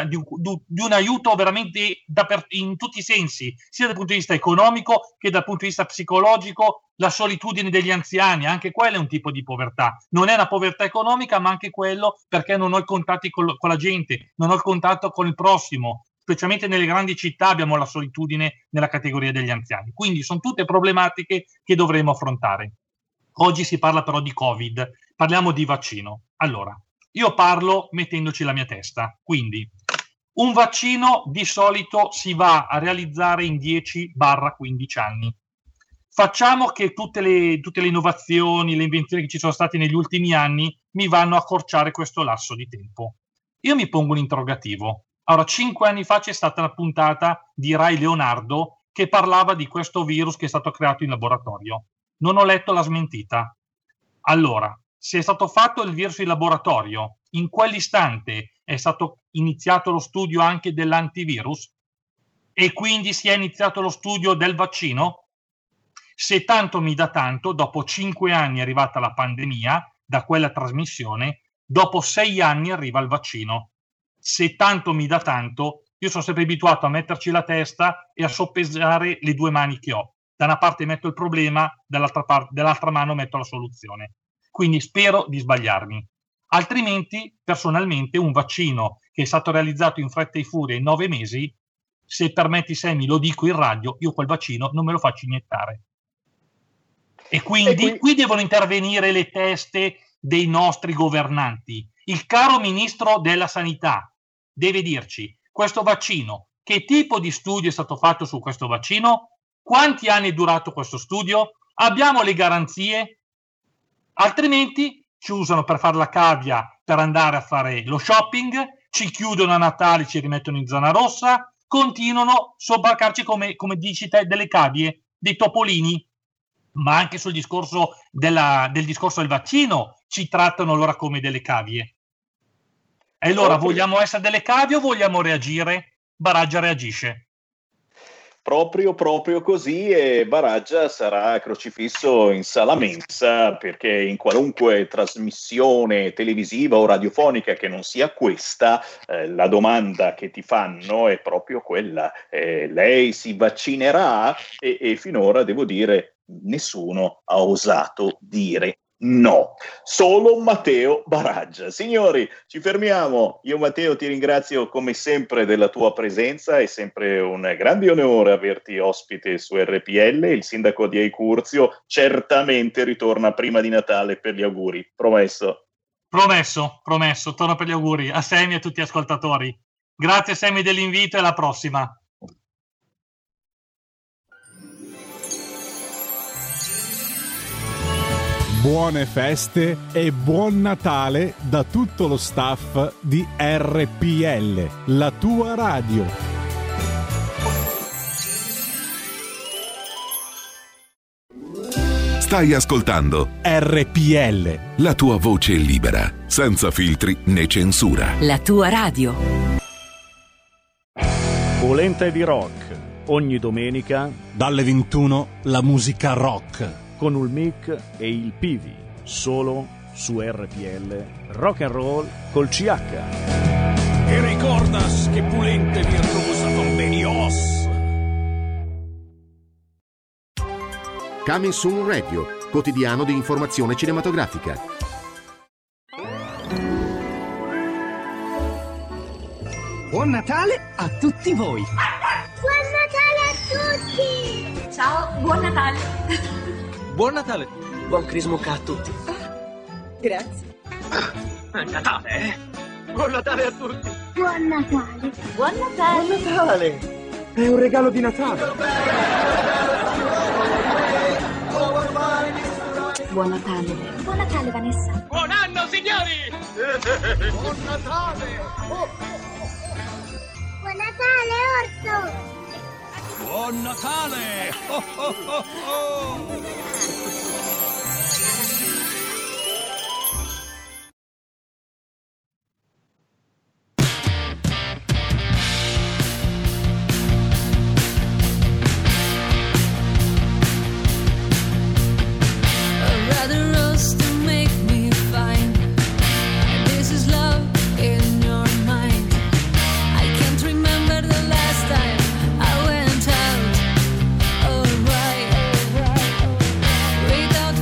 aiuto veramente in tutti i sensi, sia dal punto di vista economico che dal punto di vista psicologico. La solitudine degli anziani, anche quella è un tipo di povertà, non è una povertà economica, ma anche quello perché non ho i contatti con la gente, non ho il contatto con il prossimo. Specialmente nelle grandi città abbiamo la solitudine nella categoria degli anziani. Quindi sono tutte problematiche che dovremo affrontare. Oggi si parla però di Covid, parliamo di vaccino. Allora, io parlo mettendoci la mia testa. Quindi, un vaccino di solito si va a realizzare in 10-15 anni. Facciamo che tutte le innovazioni, le invenzioni che ci sono state negli ultimi anni mi vanno a accorciare questo lasso di tempo. Io mi pongo un interrogativo. Allora, 5 anni fa c'è stata una puntata di Rai Leonardo che parlava di questo virus che è stato creato in laboratorio. Non ho letto la smentita. Allora, se è stato fatto il virus in laboratorio, in quell'istante è stato iniziato lo studio anche dell'antivirus? E quindi si è iniziato lo studio del vaccino? Se tanto mi dà tanto, dopo 5 anni è arrivata la pandemia, da quella trasmissione, dopo 6 anni arriva il vaccino. Se tanto mi dà tanto, io sono sempre abituato a metterci la testa e a soppesare le due mani che ho. Da una parte metto il problema, dall'altra mano metto la soluzione. Quindi spero di sbagliarmi. Altrimenti, personalmente, un vaccino che è stato realizzato in fretta e furia in 9 mesi, se permetti Semi, lo dico in radio, io quel vaccino non me lo faccio iniettare. E quindi qui devono intervenire le teste dei nostri governanti. Il caro ministro della Sanità deve dirci questo vaccino, che tipo di studio è stato fatto su questo vaccino, quanti anni è durato questo studio, abbiamo le garanzie, altrimenti ci usano per fare la cavia per andare a fare lo shopping, ci chiudono a Natale, ci rimettono in zona rossa. continuano a sobbarcarci, come dici te, delle cavie, dei topolini. Ma anche sul discorso del discorso del vaccino ci trattano allora come delle cavie. E allora vogliamo essere delle cavie o vogliamo reagire? Baraggia reagisce. Proprio così, e Baraggia sarà crocifisso in sala mensa, perché in qualunque trasmissione televisiva o radiofonica che non sia questa, la domanda che ti fanno è proprio quella: lei si vaccinerà? E finora devo dire nessuno ha osato dire no, solo Matteo Baraggia. Signori, ci fermiamo. Io, Matteo, ti ringrazio come sempre della tua presenza, è sempre un grande onore averti ospite su RPL. Il sindaco di Curzio certamente ritorna prima di Natale per gli auguri, promesso. Promesso, torno per gli auguri a Semi e a tutti gli ascoltatori. Grazie Semi dell'invito e alla prossima. Buone feste e buon Natale da tutto lo staff di RPL, la tua radio. Stai ascoltando RPL, la tua voce libera, senza filtri né censura. La tua radio. Polenta di rock, ogni domenica dalle 21 la musica rock. Con il mic e il Pivi, solo su RPL Rock and Roll col CH. E ricordas che pulente e virtuosa convenios. Coming Soon Radio, quotidiano di informazione cinematografica. Buon Natale a tutti voi! Buon Natale a tutti! Ciao, buon Natale! Buon Natale! Buon Crismucca a tutti! Grazie. È Natale, eh? Buon Natale a tutti! Buon Natale! Buon Natale! Buon Natale! È un regalo di Natale! Buon Natale! Buon Natale, Vanessa! Buon anno, signori! Buon Natale! Buon Natale, Orso! Buon Natale! Oh, oh, oh, oh. Without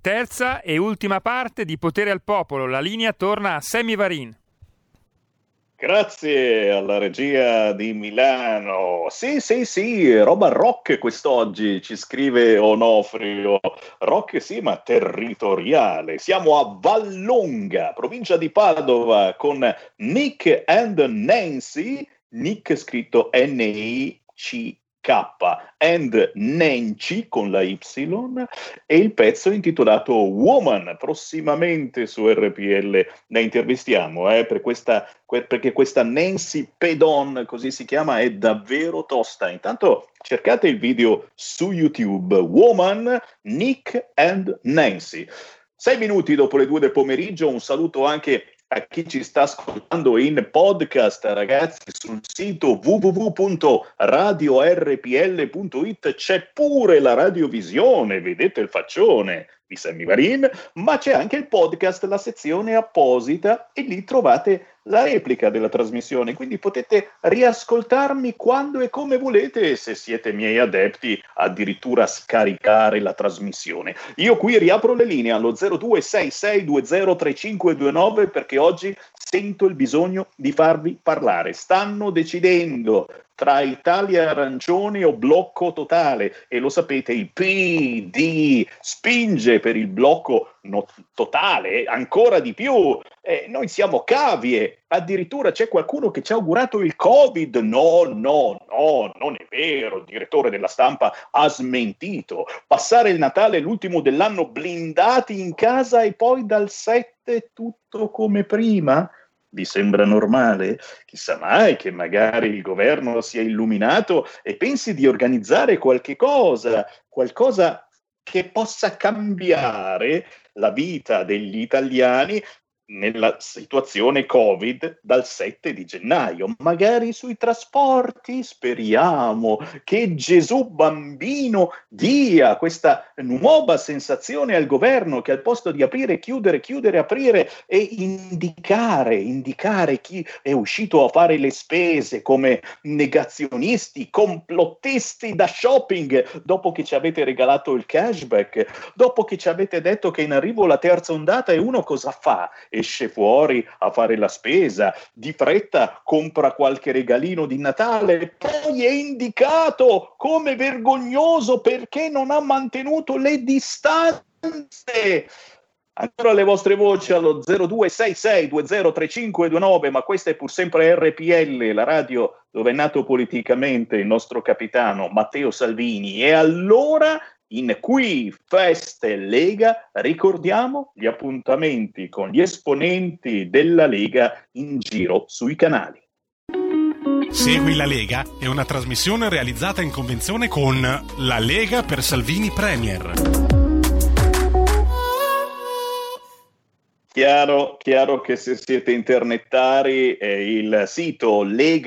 terza e ultima parte di Potere al Popolo. La linea torna a Sammy Varin. Grazie alla regia di Milano. Sì, roba rock quest'oggi, ci scrive Onofrio. Rock sì, ma territoriale. Siamo a Vallonga, provincia di Padova, con Nick and Nancy, Nick scritto N-I-C-K, and Nancy con la Y, e il pezzo intitolato Woman. Prossimamente su RPL la intervistiamo, perché questa Nancy Pedon, così si chiama, è davvero tosta. Intanto cercate il video su YouTube, Woman, Nick and Nancy. 6 minuti dopo le 2 del pomeriggio, un saluto anche a chi ci sta ascoltando in podcast, ragazzi. Sul sito www.radiorpl.it c'è pure la radiovisione, vedete il faccione di Sammy Varin, ma c'è anche il podcast, la sezione apposita, e lì trovate la replica della trasmissione, quindi potete riascoltarmi quando e come volete, se siete miei adepti, addirittura scaricare la trasmissione. Io qui riapro le linee allo 0266203529 perché oggi sento il bisogno di farvi parlare. Stanno decidendo tra Italia arancioni o blocco totale, e lo sapete, il PD spinge per il blocco totale, ancora di più. Noi siamo cavie, addirittura c'è qualcuno che ci ha augurato il Covid. No, non è vero, il direttore della Stampa ha smentito. Passare il Natale, l'ultimo dell'anno, blindati in casa e poi dal 7 tutto come prima? Vi sembra normale? Chissà mai che magari il governo sia illuminato e pensi di organizzare qualcosa che possa cambiare la vita degli italiani nella situazione Covid dal 7 di gennaio, magari sui trasporti. Speriamo che Gesù bambino dia questa nuova sensazione al governo, che al posto di aprire, chiudere, aprire e indicare chi è uscito a fare le spese come negazionisti, complottisti da shopping, dopo che ci avete regalato il cashback, dopo che ci avete detto che in arrivo la terza ondata, e uno cosa fa? Esce fuori a fare la spesa, di fretta compra qualche regalino di Natale, poi è indicato come vergognoso perché non ha mantenuto le distanze. Ancora le vostre voci allo 0266203529, ma questa è pur sempre RPL, la radio dove è nato politicamente il nostro capitano Matteo Salvini. E allora, in Qui Feste Lega, ricordiamo gli appuntamenti con gli esponenti della Lega in giro sui canali. Segui la Lega è una trasmissione realizzata in convenzione con la Lega per Salvini Premier. Chiaro che se siete internettari, il sito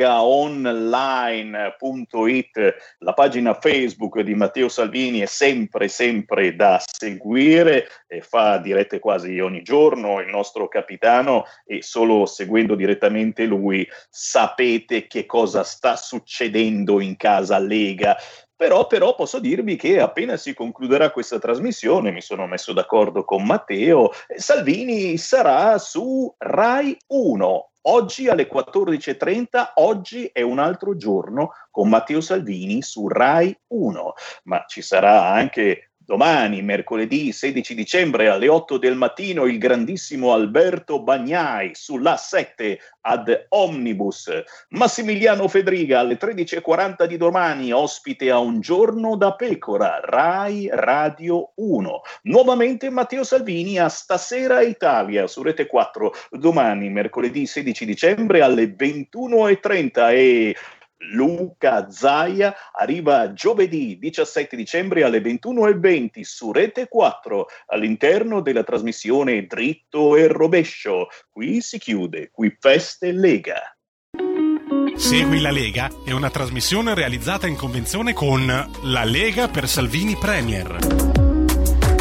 legaonline.it, la pagina Facebook di Matteo Salvini è sempre da seguire, e fa dirette quasi ogni giorno il nostro capitano, e solo seguendo direttamente lui sapete che cosa sta succedendo in casa Lega. Però posso dirvi che appena si concluderà questa trasmissione, mi sono messo d'accordo con Matteo, Salvini sarà su Rai 1. Oggi alle 14.30, oggi è un altro giorno con Matteo Salvini su Rai 1. Ma ci sarà anche domani, mercoledì 16 dicembre alle 8 del mattino, il grandissimo Alberto Bagnai sulla 7 ad Omnibus. Massimiliano Fedriga alle 13.40 di domani, ospite a Un giorno da pecora, Rai Radio 1. Nuovamente Matteo Salvini a Stasera Italia su Rete 4, domani, mercoledì 16 dicembre alle 21.30, e Luca Zaia arriva giovedì 17 dicembre alle 21.20 su Rete 4 all'interno della trasmissione Dritto e Rovescio. Qui si chiude Qui Feste Lega. Segui la Lega è una trasmissione realizzata in convenzione con la Lega per Salvini Premier.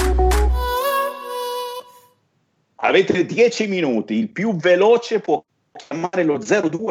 Avete 10 minuti, il più veloce può chiamare lo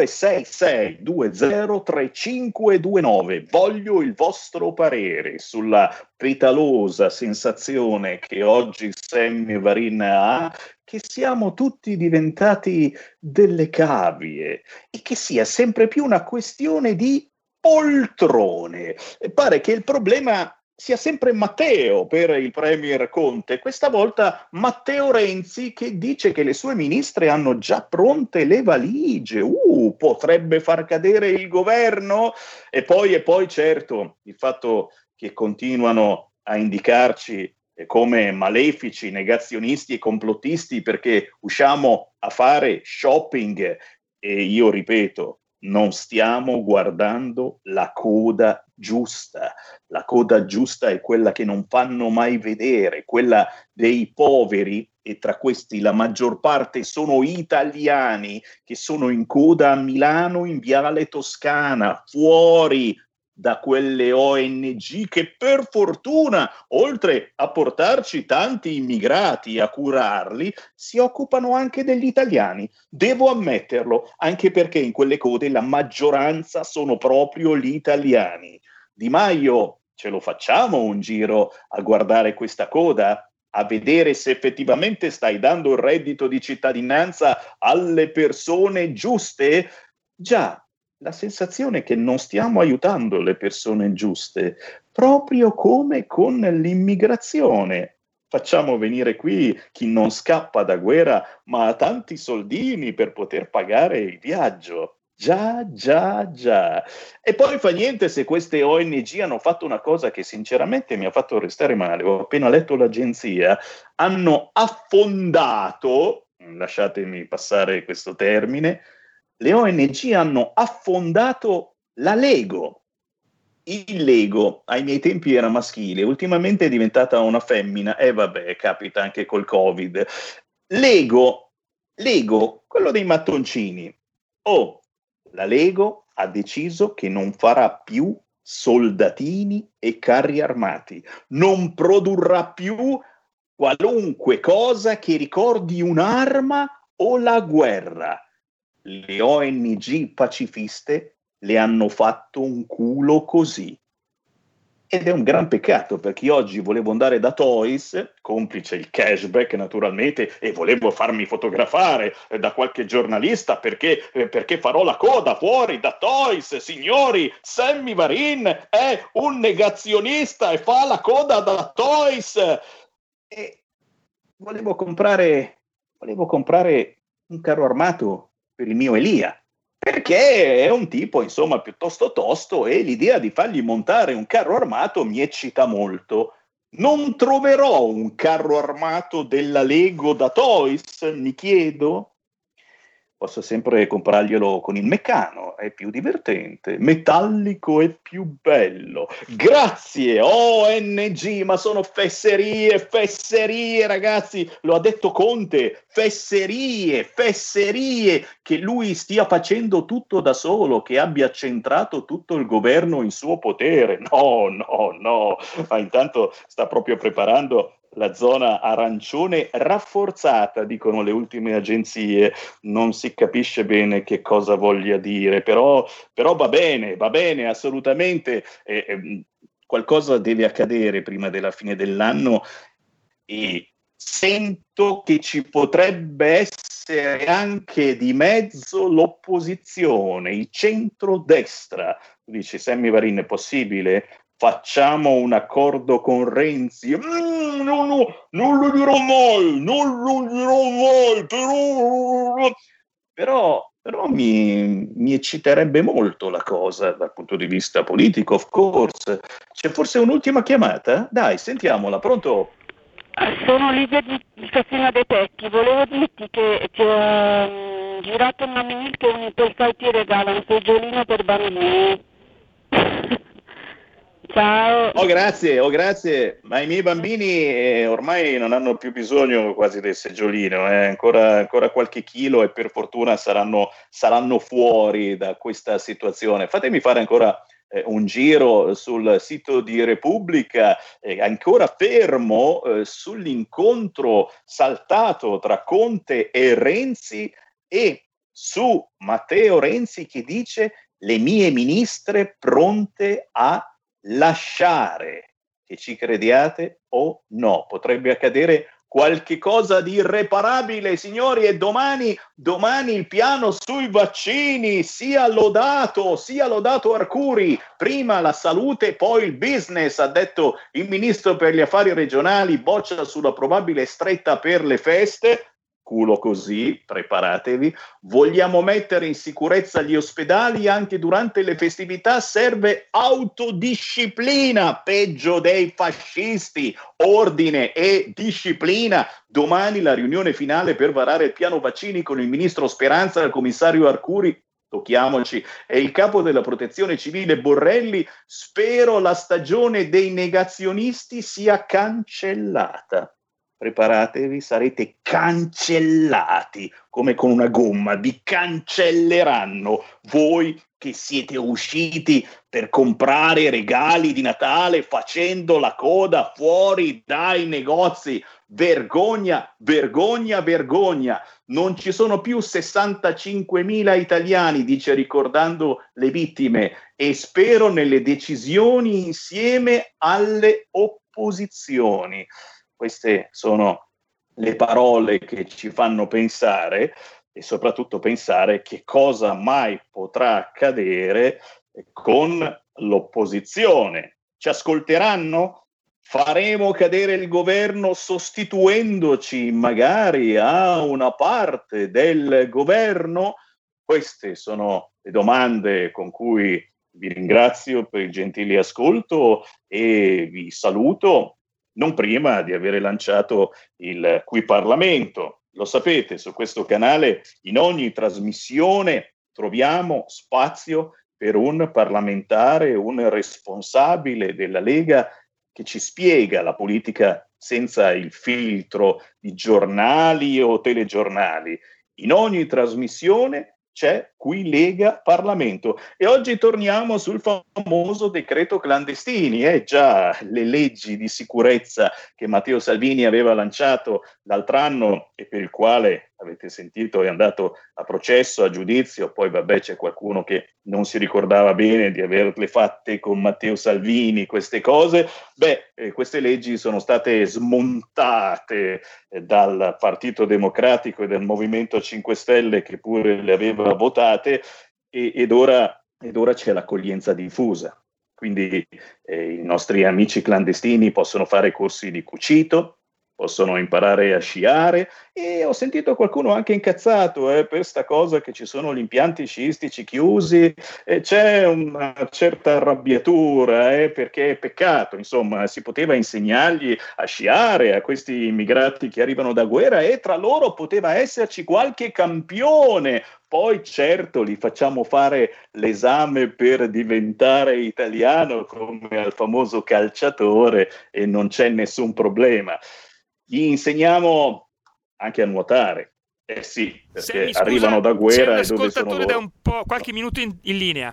0266203529. Voglio il vostro parere sulla petalosa sensazione che oggi Sammy Varin ha, che siamo tutti diventati delle cavie e che sia sempre più una questione di poltrone. E pare che il problema sia sempre Matteo per il premier Conte, questa volta Matteo Renzi che dice che le sue ministre hanno già pronte le valigie, potrebbe far cadere il governo, e poi certo il fatto che continuano a indicarci come malefici, negazionisti e complottisti perché usciamo a fare shopping, e io ripeto, non stiamo guardando la coda giusta. La coda giusta è quella che non fanno mai vedere, quella dei poveri, e tra questi la maggior parte sono italiani che sono in coda a Milano in Viale Toscana, fuori da quelle ONG che per fortuna, oltre a portarci tanti immigrati a curarli, si occupano anche degli italiani. Devo ammetterlo, anche perché in quelle code la maggioranza sono proprio gli italiani. Di Maio, ce lo facciamo un giro a guardare questa coda? A vedere se effettivamente stai dando il reddito di cittadinanza alle persone giuste? Già, la sensazione è che non stiamo aiutando le persone giuste, proprio come con l'immigrazione. Facciamo venire qui chi non scappa da guerra, ma ha tanti soldini per poter pagare il viaggio. Già. E poi fa niente se queste ONG hanno fatto una cosa che sinceramente mi ha fatto restare male. Ho appena letto l'agenzia, hanno affondato, lasciatemi passare questo termine, le ONG hanno affondato la Lego. Il Lego ai miei tempi era maschile, ultimamente è diventata una femmina, e vabbè, capita anche col Covid. Lego, quello dei mattoncini. La Lego ha deciso che non farà più soldatini e carri armati, non produrrà più qualunque cosa che ricordi un'arma o la guerra. Le ONG pacifiste le hanno fatto un culo così. Ed è un gran peccato, perché io oggi volevo andare da Toys, complice il cashback naturalmente, e volevo farmi fotografare da qualche giornalista perché farò la coda fuori da Toys. Signori, Sammy Varin è un negazionista e fa la coda da Toys. E volevo comprare un carro armato per il mio Elia, perché è un tipo, insomma, piuttosto tosto, e l'idea di fargli montare un carro armato mi eccita molto. Non troverò un carro armato della Lego da Toys, mi chiedo? Posso sempre comprarglielo con il Meccano, è più divertente, metallico e più bello. Grazie ONG, ma sono fesserie, ragazzi, lo ha detto Conte, fesserie, che lui stia facendo tutto da solo, che abbia centrato tutto il governo in suo potere. No, ma intanto sta proprio preparando la zona arancione rafforzata, dicono le ultime agenzie. Non si capisce bene che cosa voglia dire, però va bene, assolutamente. Qualcosa deve accadere prima della fine dell'anno, e sento che ci potrebbe essere anche di mezzo l'opposizione, il centrodestra. Tu dici, Sammy Varin, è possibile? Facciamo un accordo con Renzi? No, non lo dirò mai, però mi ecciterebbe molto la cosa dal punto di vista politico, of course. C'è forse un'ultima chiamata? Dai, sentiamola, pronto? Sono Lidia di Cassina dei Tecchi, volevo dirti che ti ho girato una mail che un pescato ti regala un seggiolino per bambini. Ciao. Oh grazie, ma i miei bambini ormai non hanno più bisogno quasi del seggiolino, ancora qualche chilo e per fortuna saranno fuori da questa situazione. Fatemi fare ancora un giro sul sito di Repubblica, ancora fermo sull'incontro saltato tra Conte e Renzi, e su Matteo Renzi che dice le mie ministre pronte a lasciare, che ci crediate o no, potrebbe accadere qualche cosa di irreparabile, signori, e domani il piano sui vaccini, sia lodato Arcuri, prima la salute, poi il business, ha detto il ministro per gli affari regionali, boccia sulla probabile stretta per le feste, culo così, preparatevi, vogliamo mettere in sicurezza gli ospedali anche durante le festività, serve autodisciplina, peggio dei fascisti, ordine e disciplina. Domani la riunione finale per varare il piano vaccini con il ministro Speranza, il commissario Arcuri, tocchiamoci, e il capo della protezione civile Borrelli. Spero la stagione dei negazionisti sia cancellata. Preparatevi, sarete cancellati come con una gomma, vi cancelleranno voi che siete usciti per comprare regali di Natale facendo la coda fuori dai negozi. Vergogna, vergogna, vergogna. Non ci sono più 65.000 italiani, dice, ricordando le vittime, e spero nelle decisioni insieme alle opposizioni. Queste sono le parole che ci fanno pensare, e soprattutto pensare che cosa mai potrà accadere con l'opposizione. Ci ascolteranno? Faremo cadere il governo sostituendoci magari a una parte del governo? Queste sono le domande con cui vi ringrazio per il gentile ascolto e vi saluto. Non prima di aver lanciato il Qui Parlamento. Lo sapete, su questo canale in ogni trasmissione troviamo spazio per un parlamentare, un responsabile della Lega che ci spiega la politica senza il filtro di giornali o telegiornali. In ogni trasmissione c'è Qui Lega Parlamento, e oggi torniamo sul famoso decreto clandestini, già le leggi di sicurezza che Matteo Salvini aveva lanciato l'altro anno e per il quale, avete sentito, è andato a processo, a giudizio. Poi vabbè, c'è qualcuno che non si ricordava bene di averle fatte con Matteo Salvini queste cose. Queste leggi sono state smontate dal Partito Democratico e dal Movimento 5 Stelle, che pure le aveva votate, ed ora c'è l'accoglienza diffusa. Quindi i nostri amici clandestini possono fare corsi di cucito, possono imparare a sciare, e ho sentito qualcuno anche incazzato per sta cosa che ci sono gli impianti sciistici chiusi, c'è una certa arrabbiatura perché è peccato, insomma, si poteva insegnargli a sciare a questi immigrati che arrivano da guerra, e tra loro poteva esserci qualche campione. Poi certo li facciamo fare l'esame per diventare italiano come al famoso calciatore e non c'è nessun problema. Gli insegniamo anche a nuotare. Sì, perché Scusa, arrivano da guerra e dove sono loro? Da un po', qualche minuto in linea.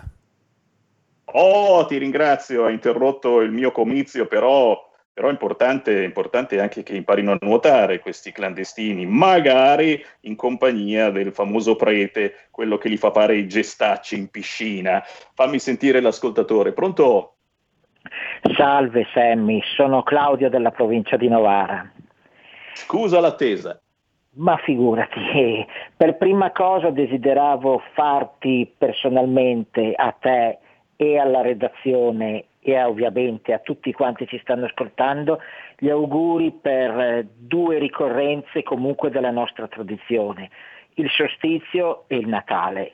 Oh, ti ringrazio, ha interrotto il mio comizio, però è importante anche che imparino a nuotare questi clandestini, magari in compagnia del famoso prete, quello che li fa fare i gestacci in piscina. Fammi sentire l'ascoltatore. Pronto? Salve Sammy, sono Claudio della provincia di Novara. Scusa l'attesa. Ma figurati, per prima cosa desideravo farti personalmente, a te e alla redazione e ovviamente a tutti quanti ci stanno ascoltando, gli auguri per 2 ricorrenze comunque della nostra tradizione, il solstizio e il Natale.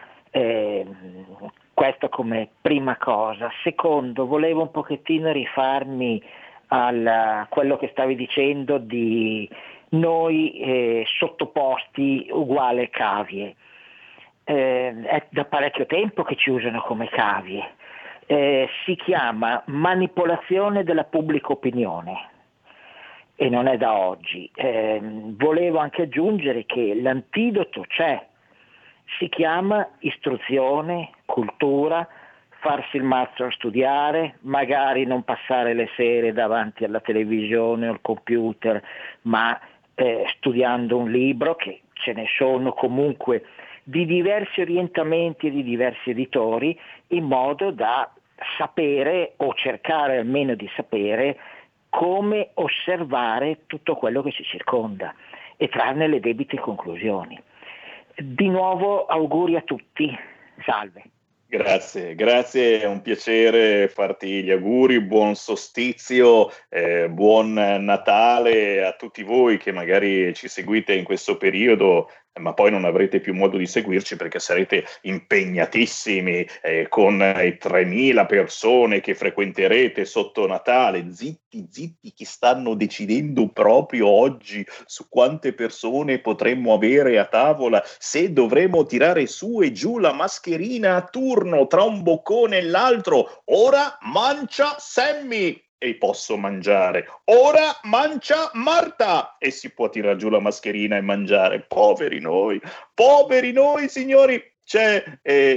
Questo come prima cosa. Secondo, volevo un pochettino rifarmi a quello che stavi dicendo di noi sottoposti uguale cavie. È da parecchio tempo che ci usano come cavie. Si chiama manipolazione della pubblica opinione e non è da oggi. Volevo anche aggiungere che l'antidoto c'è, si chiama istruzione, cultura, farsi il mazzo a studiare, magari non passare le sere davanti alla televisione o al computer, ma studiando un libro, che ce ne sono comunque di diversi orientamenti e di diversi editori, in modo da sapere, o cercare almeno di sapere, come osservare tutto quello che ci circonda e trarne le debite conclusioni. Di nuovo auguri a tutti, salve. Grazie, è un piacere farti gli auguri, buon solstizio, buon Natale a tutti voi che magari ci seguite in questo periodo, ma poi non avrete più modo di seguirci perché sarete impegnatissimi con i 3.000 persone che frequenterete sotto Natale. Zitti, che stanno decidendo proprio oggi su quante persone potremmo avere a tavola, se dovremo tirare su e giù la mascherina a turno tra un boccone e l'altro. Ora mancia Sammy e posso mangiare, ora mancia Marta e si può tirare giù la mascherina e mangiare. Poveri noi signori, c'è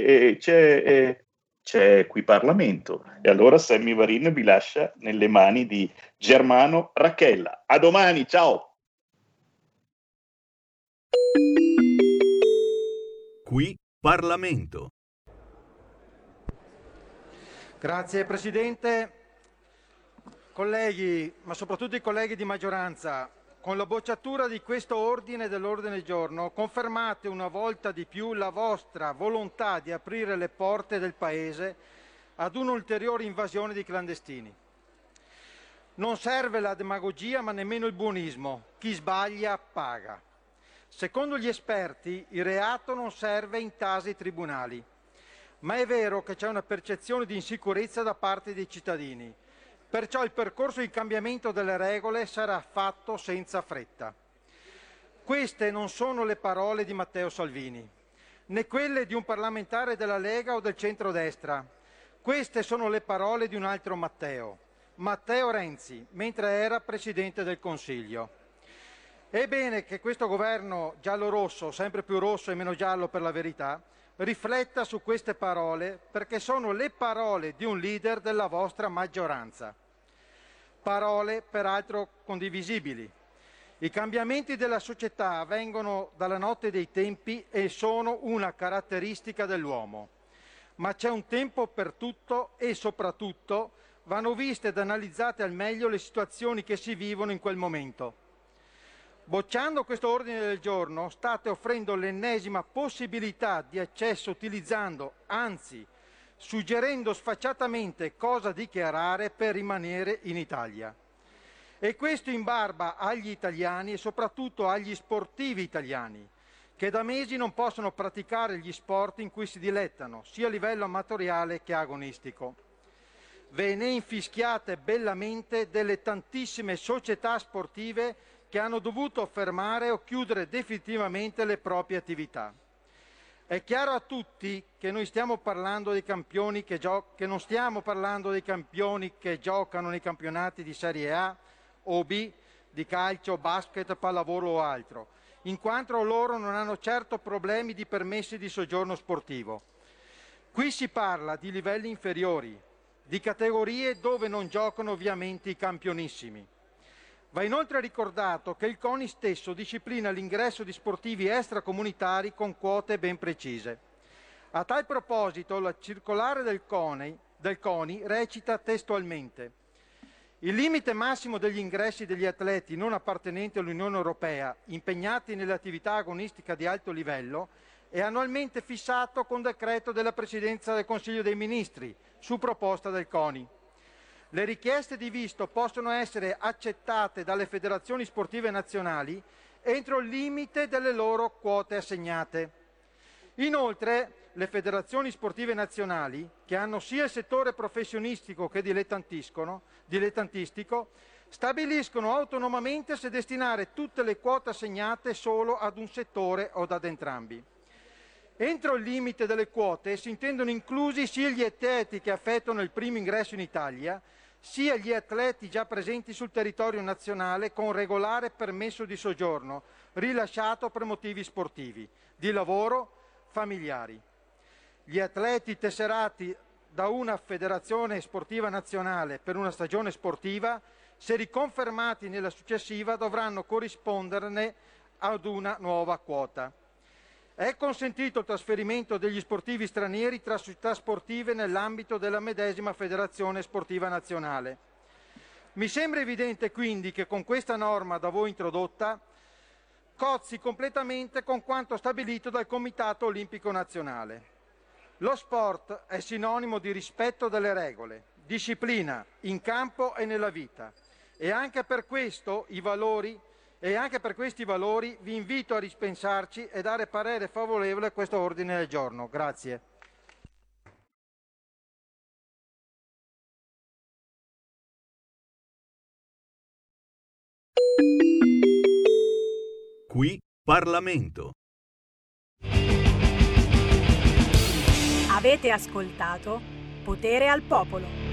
qui Parlamento, e allora Sammy Varin vi lascia nelle mani di Germano Racchella. A domani, ciao. Qui Parlamento. Grazie Presidente. Colleghi, ma soprattutto i colleghi di maggioranza, con la bocciatura di questo ordine dell'ordine del giorno confermate una volta di più la vostra volontà di aprire le porte del Paese ad un'ulteriore invasione di clandestini. Non serve la demagogia ma nemmeno il buonismo, chi sbaglia paga. Secondo gli esperti il reato non serve in tasi ai tribunali, ma è vero che c'è una percezione di insicurezza da parte dei cittadini. Perciò il percorso di cambiamento delle regole sarà fatto senza fretta. Queste non sono le parole di Matteo Salvini, né quelle di un parlamentare della Lega o del centrodestra. Queste sono le parole di un altro Matteo, Matteo Renzi, mentre era Presidente del Consiglio. È bene che questo governo giallo-rosso, sempre più rosso e meno giallo per la verità, rifletta su queste parole, perché sono le parole di un leader della vostra maggioranza. Parole peraltro condivisibili. I cambiamenti della società avvengono dalla notte dei tempi e sono una caratteristica dell'uomo. Ma c'è un tempo per tutto e soprattutto vanno viste ed analizzate al meglio le situazioni che si vivono in quel momento. Bocciando questo ordine del giorno state offrendo l'ennesima possibilità di accesso utilizzando, anzi suggerendo sfacciatamente cosa dichiarare per rimanere in Italia. E questo in barba agli italiani e soprattutto agli sportivi italiani, che da mesi non possono praticare gli sport in cui si dilettano, sia a livello amatoriale che agonistico. Ve ne infischiate bellamente delle tantissime società sportive che hanno dovuto fermare o chiudere definitivamente le proprie attività. È chiaro a tutti che noi stiamo parlando dei campioni che non stiamo parlando dei campioni che giocano nei campionati di Serie A o B, di calcio, basket, pallavolo o altro, in quanto loro non hanno certo problemi di permessi di soggiorno sportivo. Qui si parla di livelli inferiori, di categorie dove non giocano ovviamente i campionissimi. Va inoltre ricordato che il CONI stesso disciplina l'ingresso di sportivi extracomunitari con quote ben precise. A tal proposito, la circolare del CONI recita testualmente: il limite massimo degli ingressi degli atleti non appartenenti all'Unione Europea impegnati nelle attività agonistiche di alto livello è annualmente fissato con decreto della Presidenza del Consiglio dei Ministri, su proposta del CONI. Le richieste di visto possono essere accettate dalle federazioni sportive nazionali entro il limite delle loro quote assegnate. Inoltre, le federazioni sportive nazionali, che hanno sia il settore professionistico che dilettantistico, stabiliscono autonomamente se destinare tutte le quote assegnate solo ad un settore o ad entrambi. Entro il limite delle quote si intendono inclusi sia gli atleti che effettuano il primo ingresso in Italia, sia gli atleti già presenti sul territorio nazionale con regolare permesso di soggiorno, rilasciato per motivi sportivi, di lavoro, familiari. Gli atleti tesserati da una federazione sportiva nazionale per una stagione sportiva, se riconfermati nella successiva, dovranno corrisponderne ad una nuova quota. È consentito il trasferimento degli sportivi stranieri tra società sportive nell'ambito della medesima Federazione Sportiva Nazionale. Mi sembra evidente quindi che con questa norma da voi introdotta cozzi completamente con quanto stabilito dal Comitato Olimpico Nazionale. Lo sport è sinonimo di rispetto delle regole, disciplina in campo e nella vita e anche per questi valori vi invito a rispensarci e dare parere favorevole a questo ordine del giorno. Grazie. Qui Parlamento. Avete ascoltato Potere al Popolo.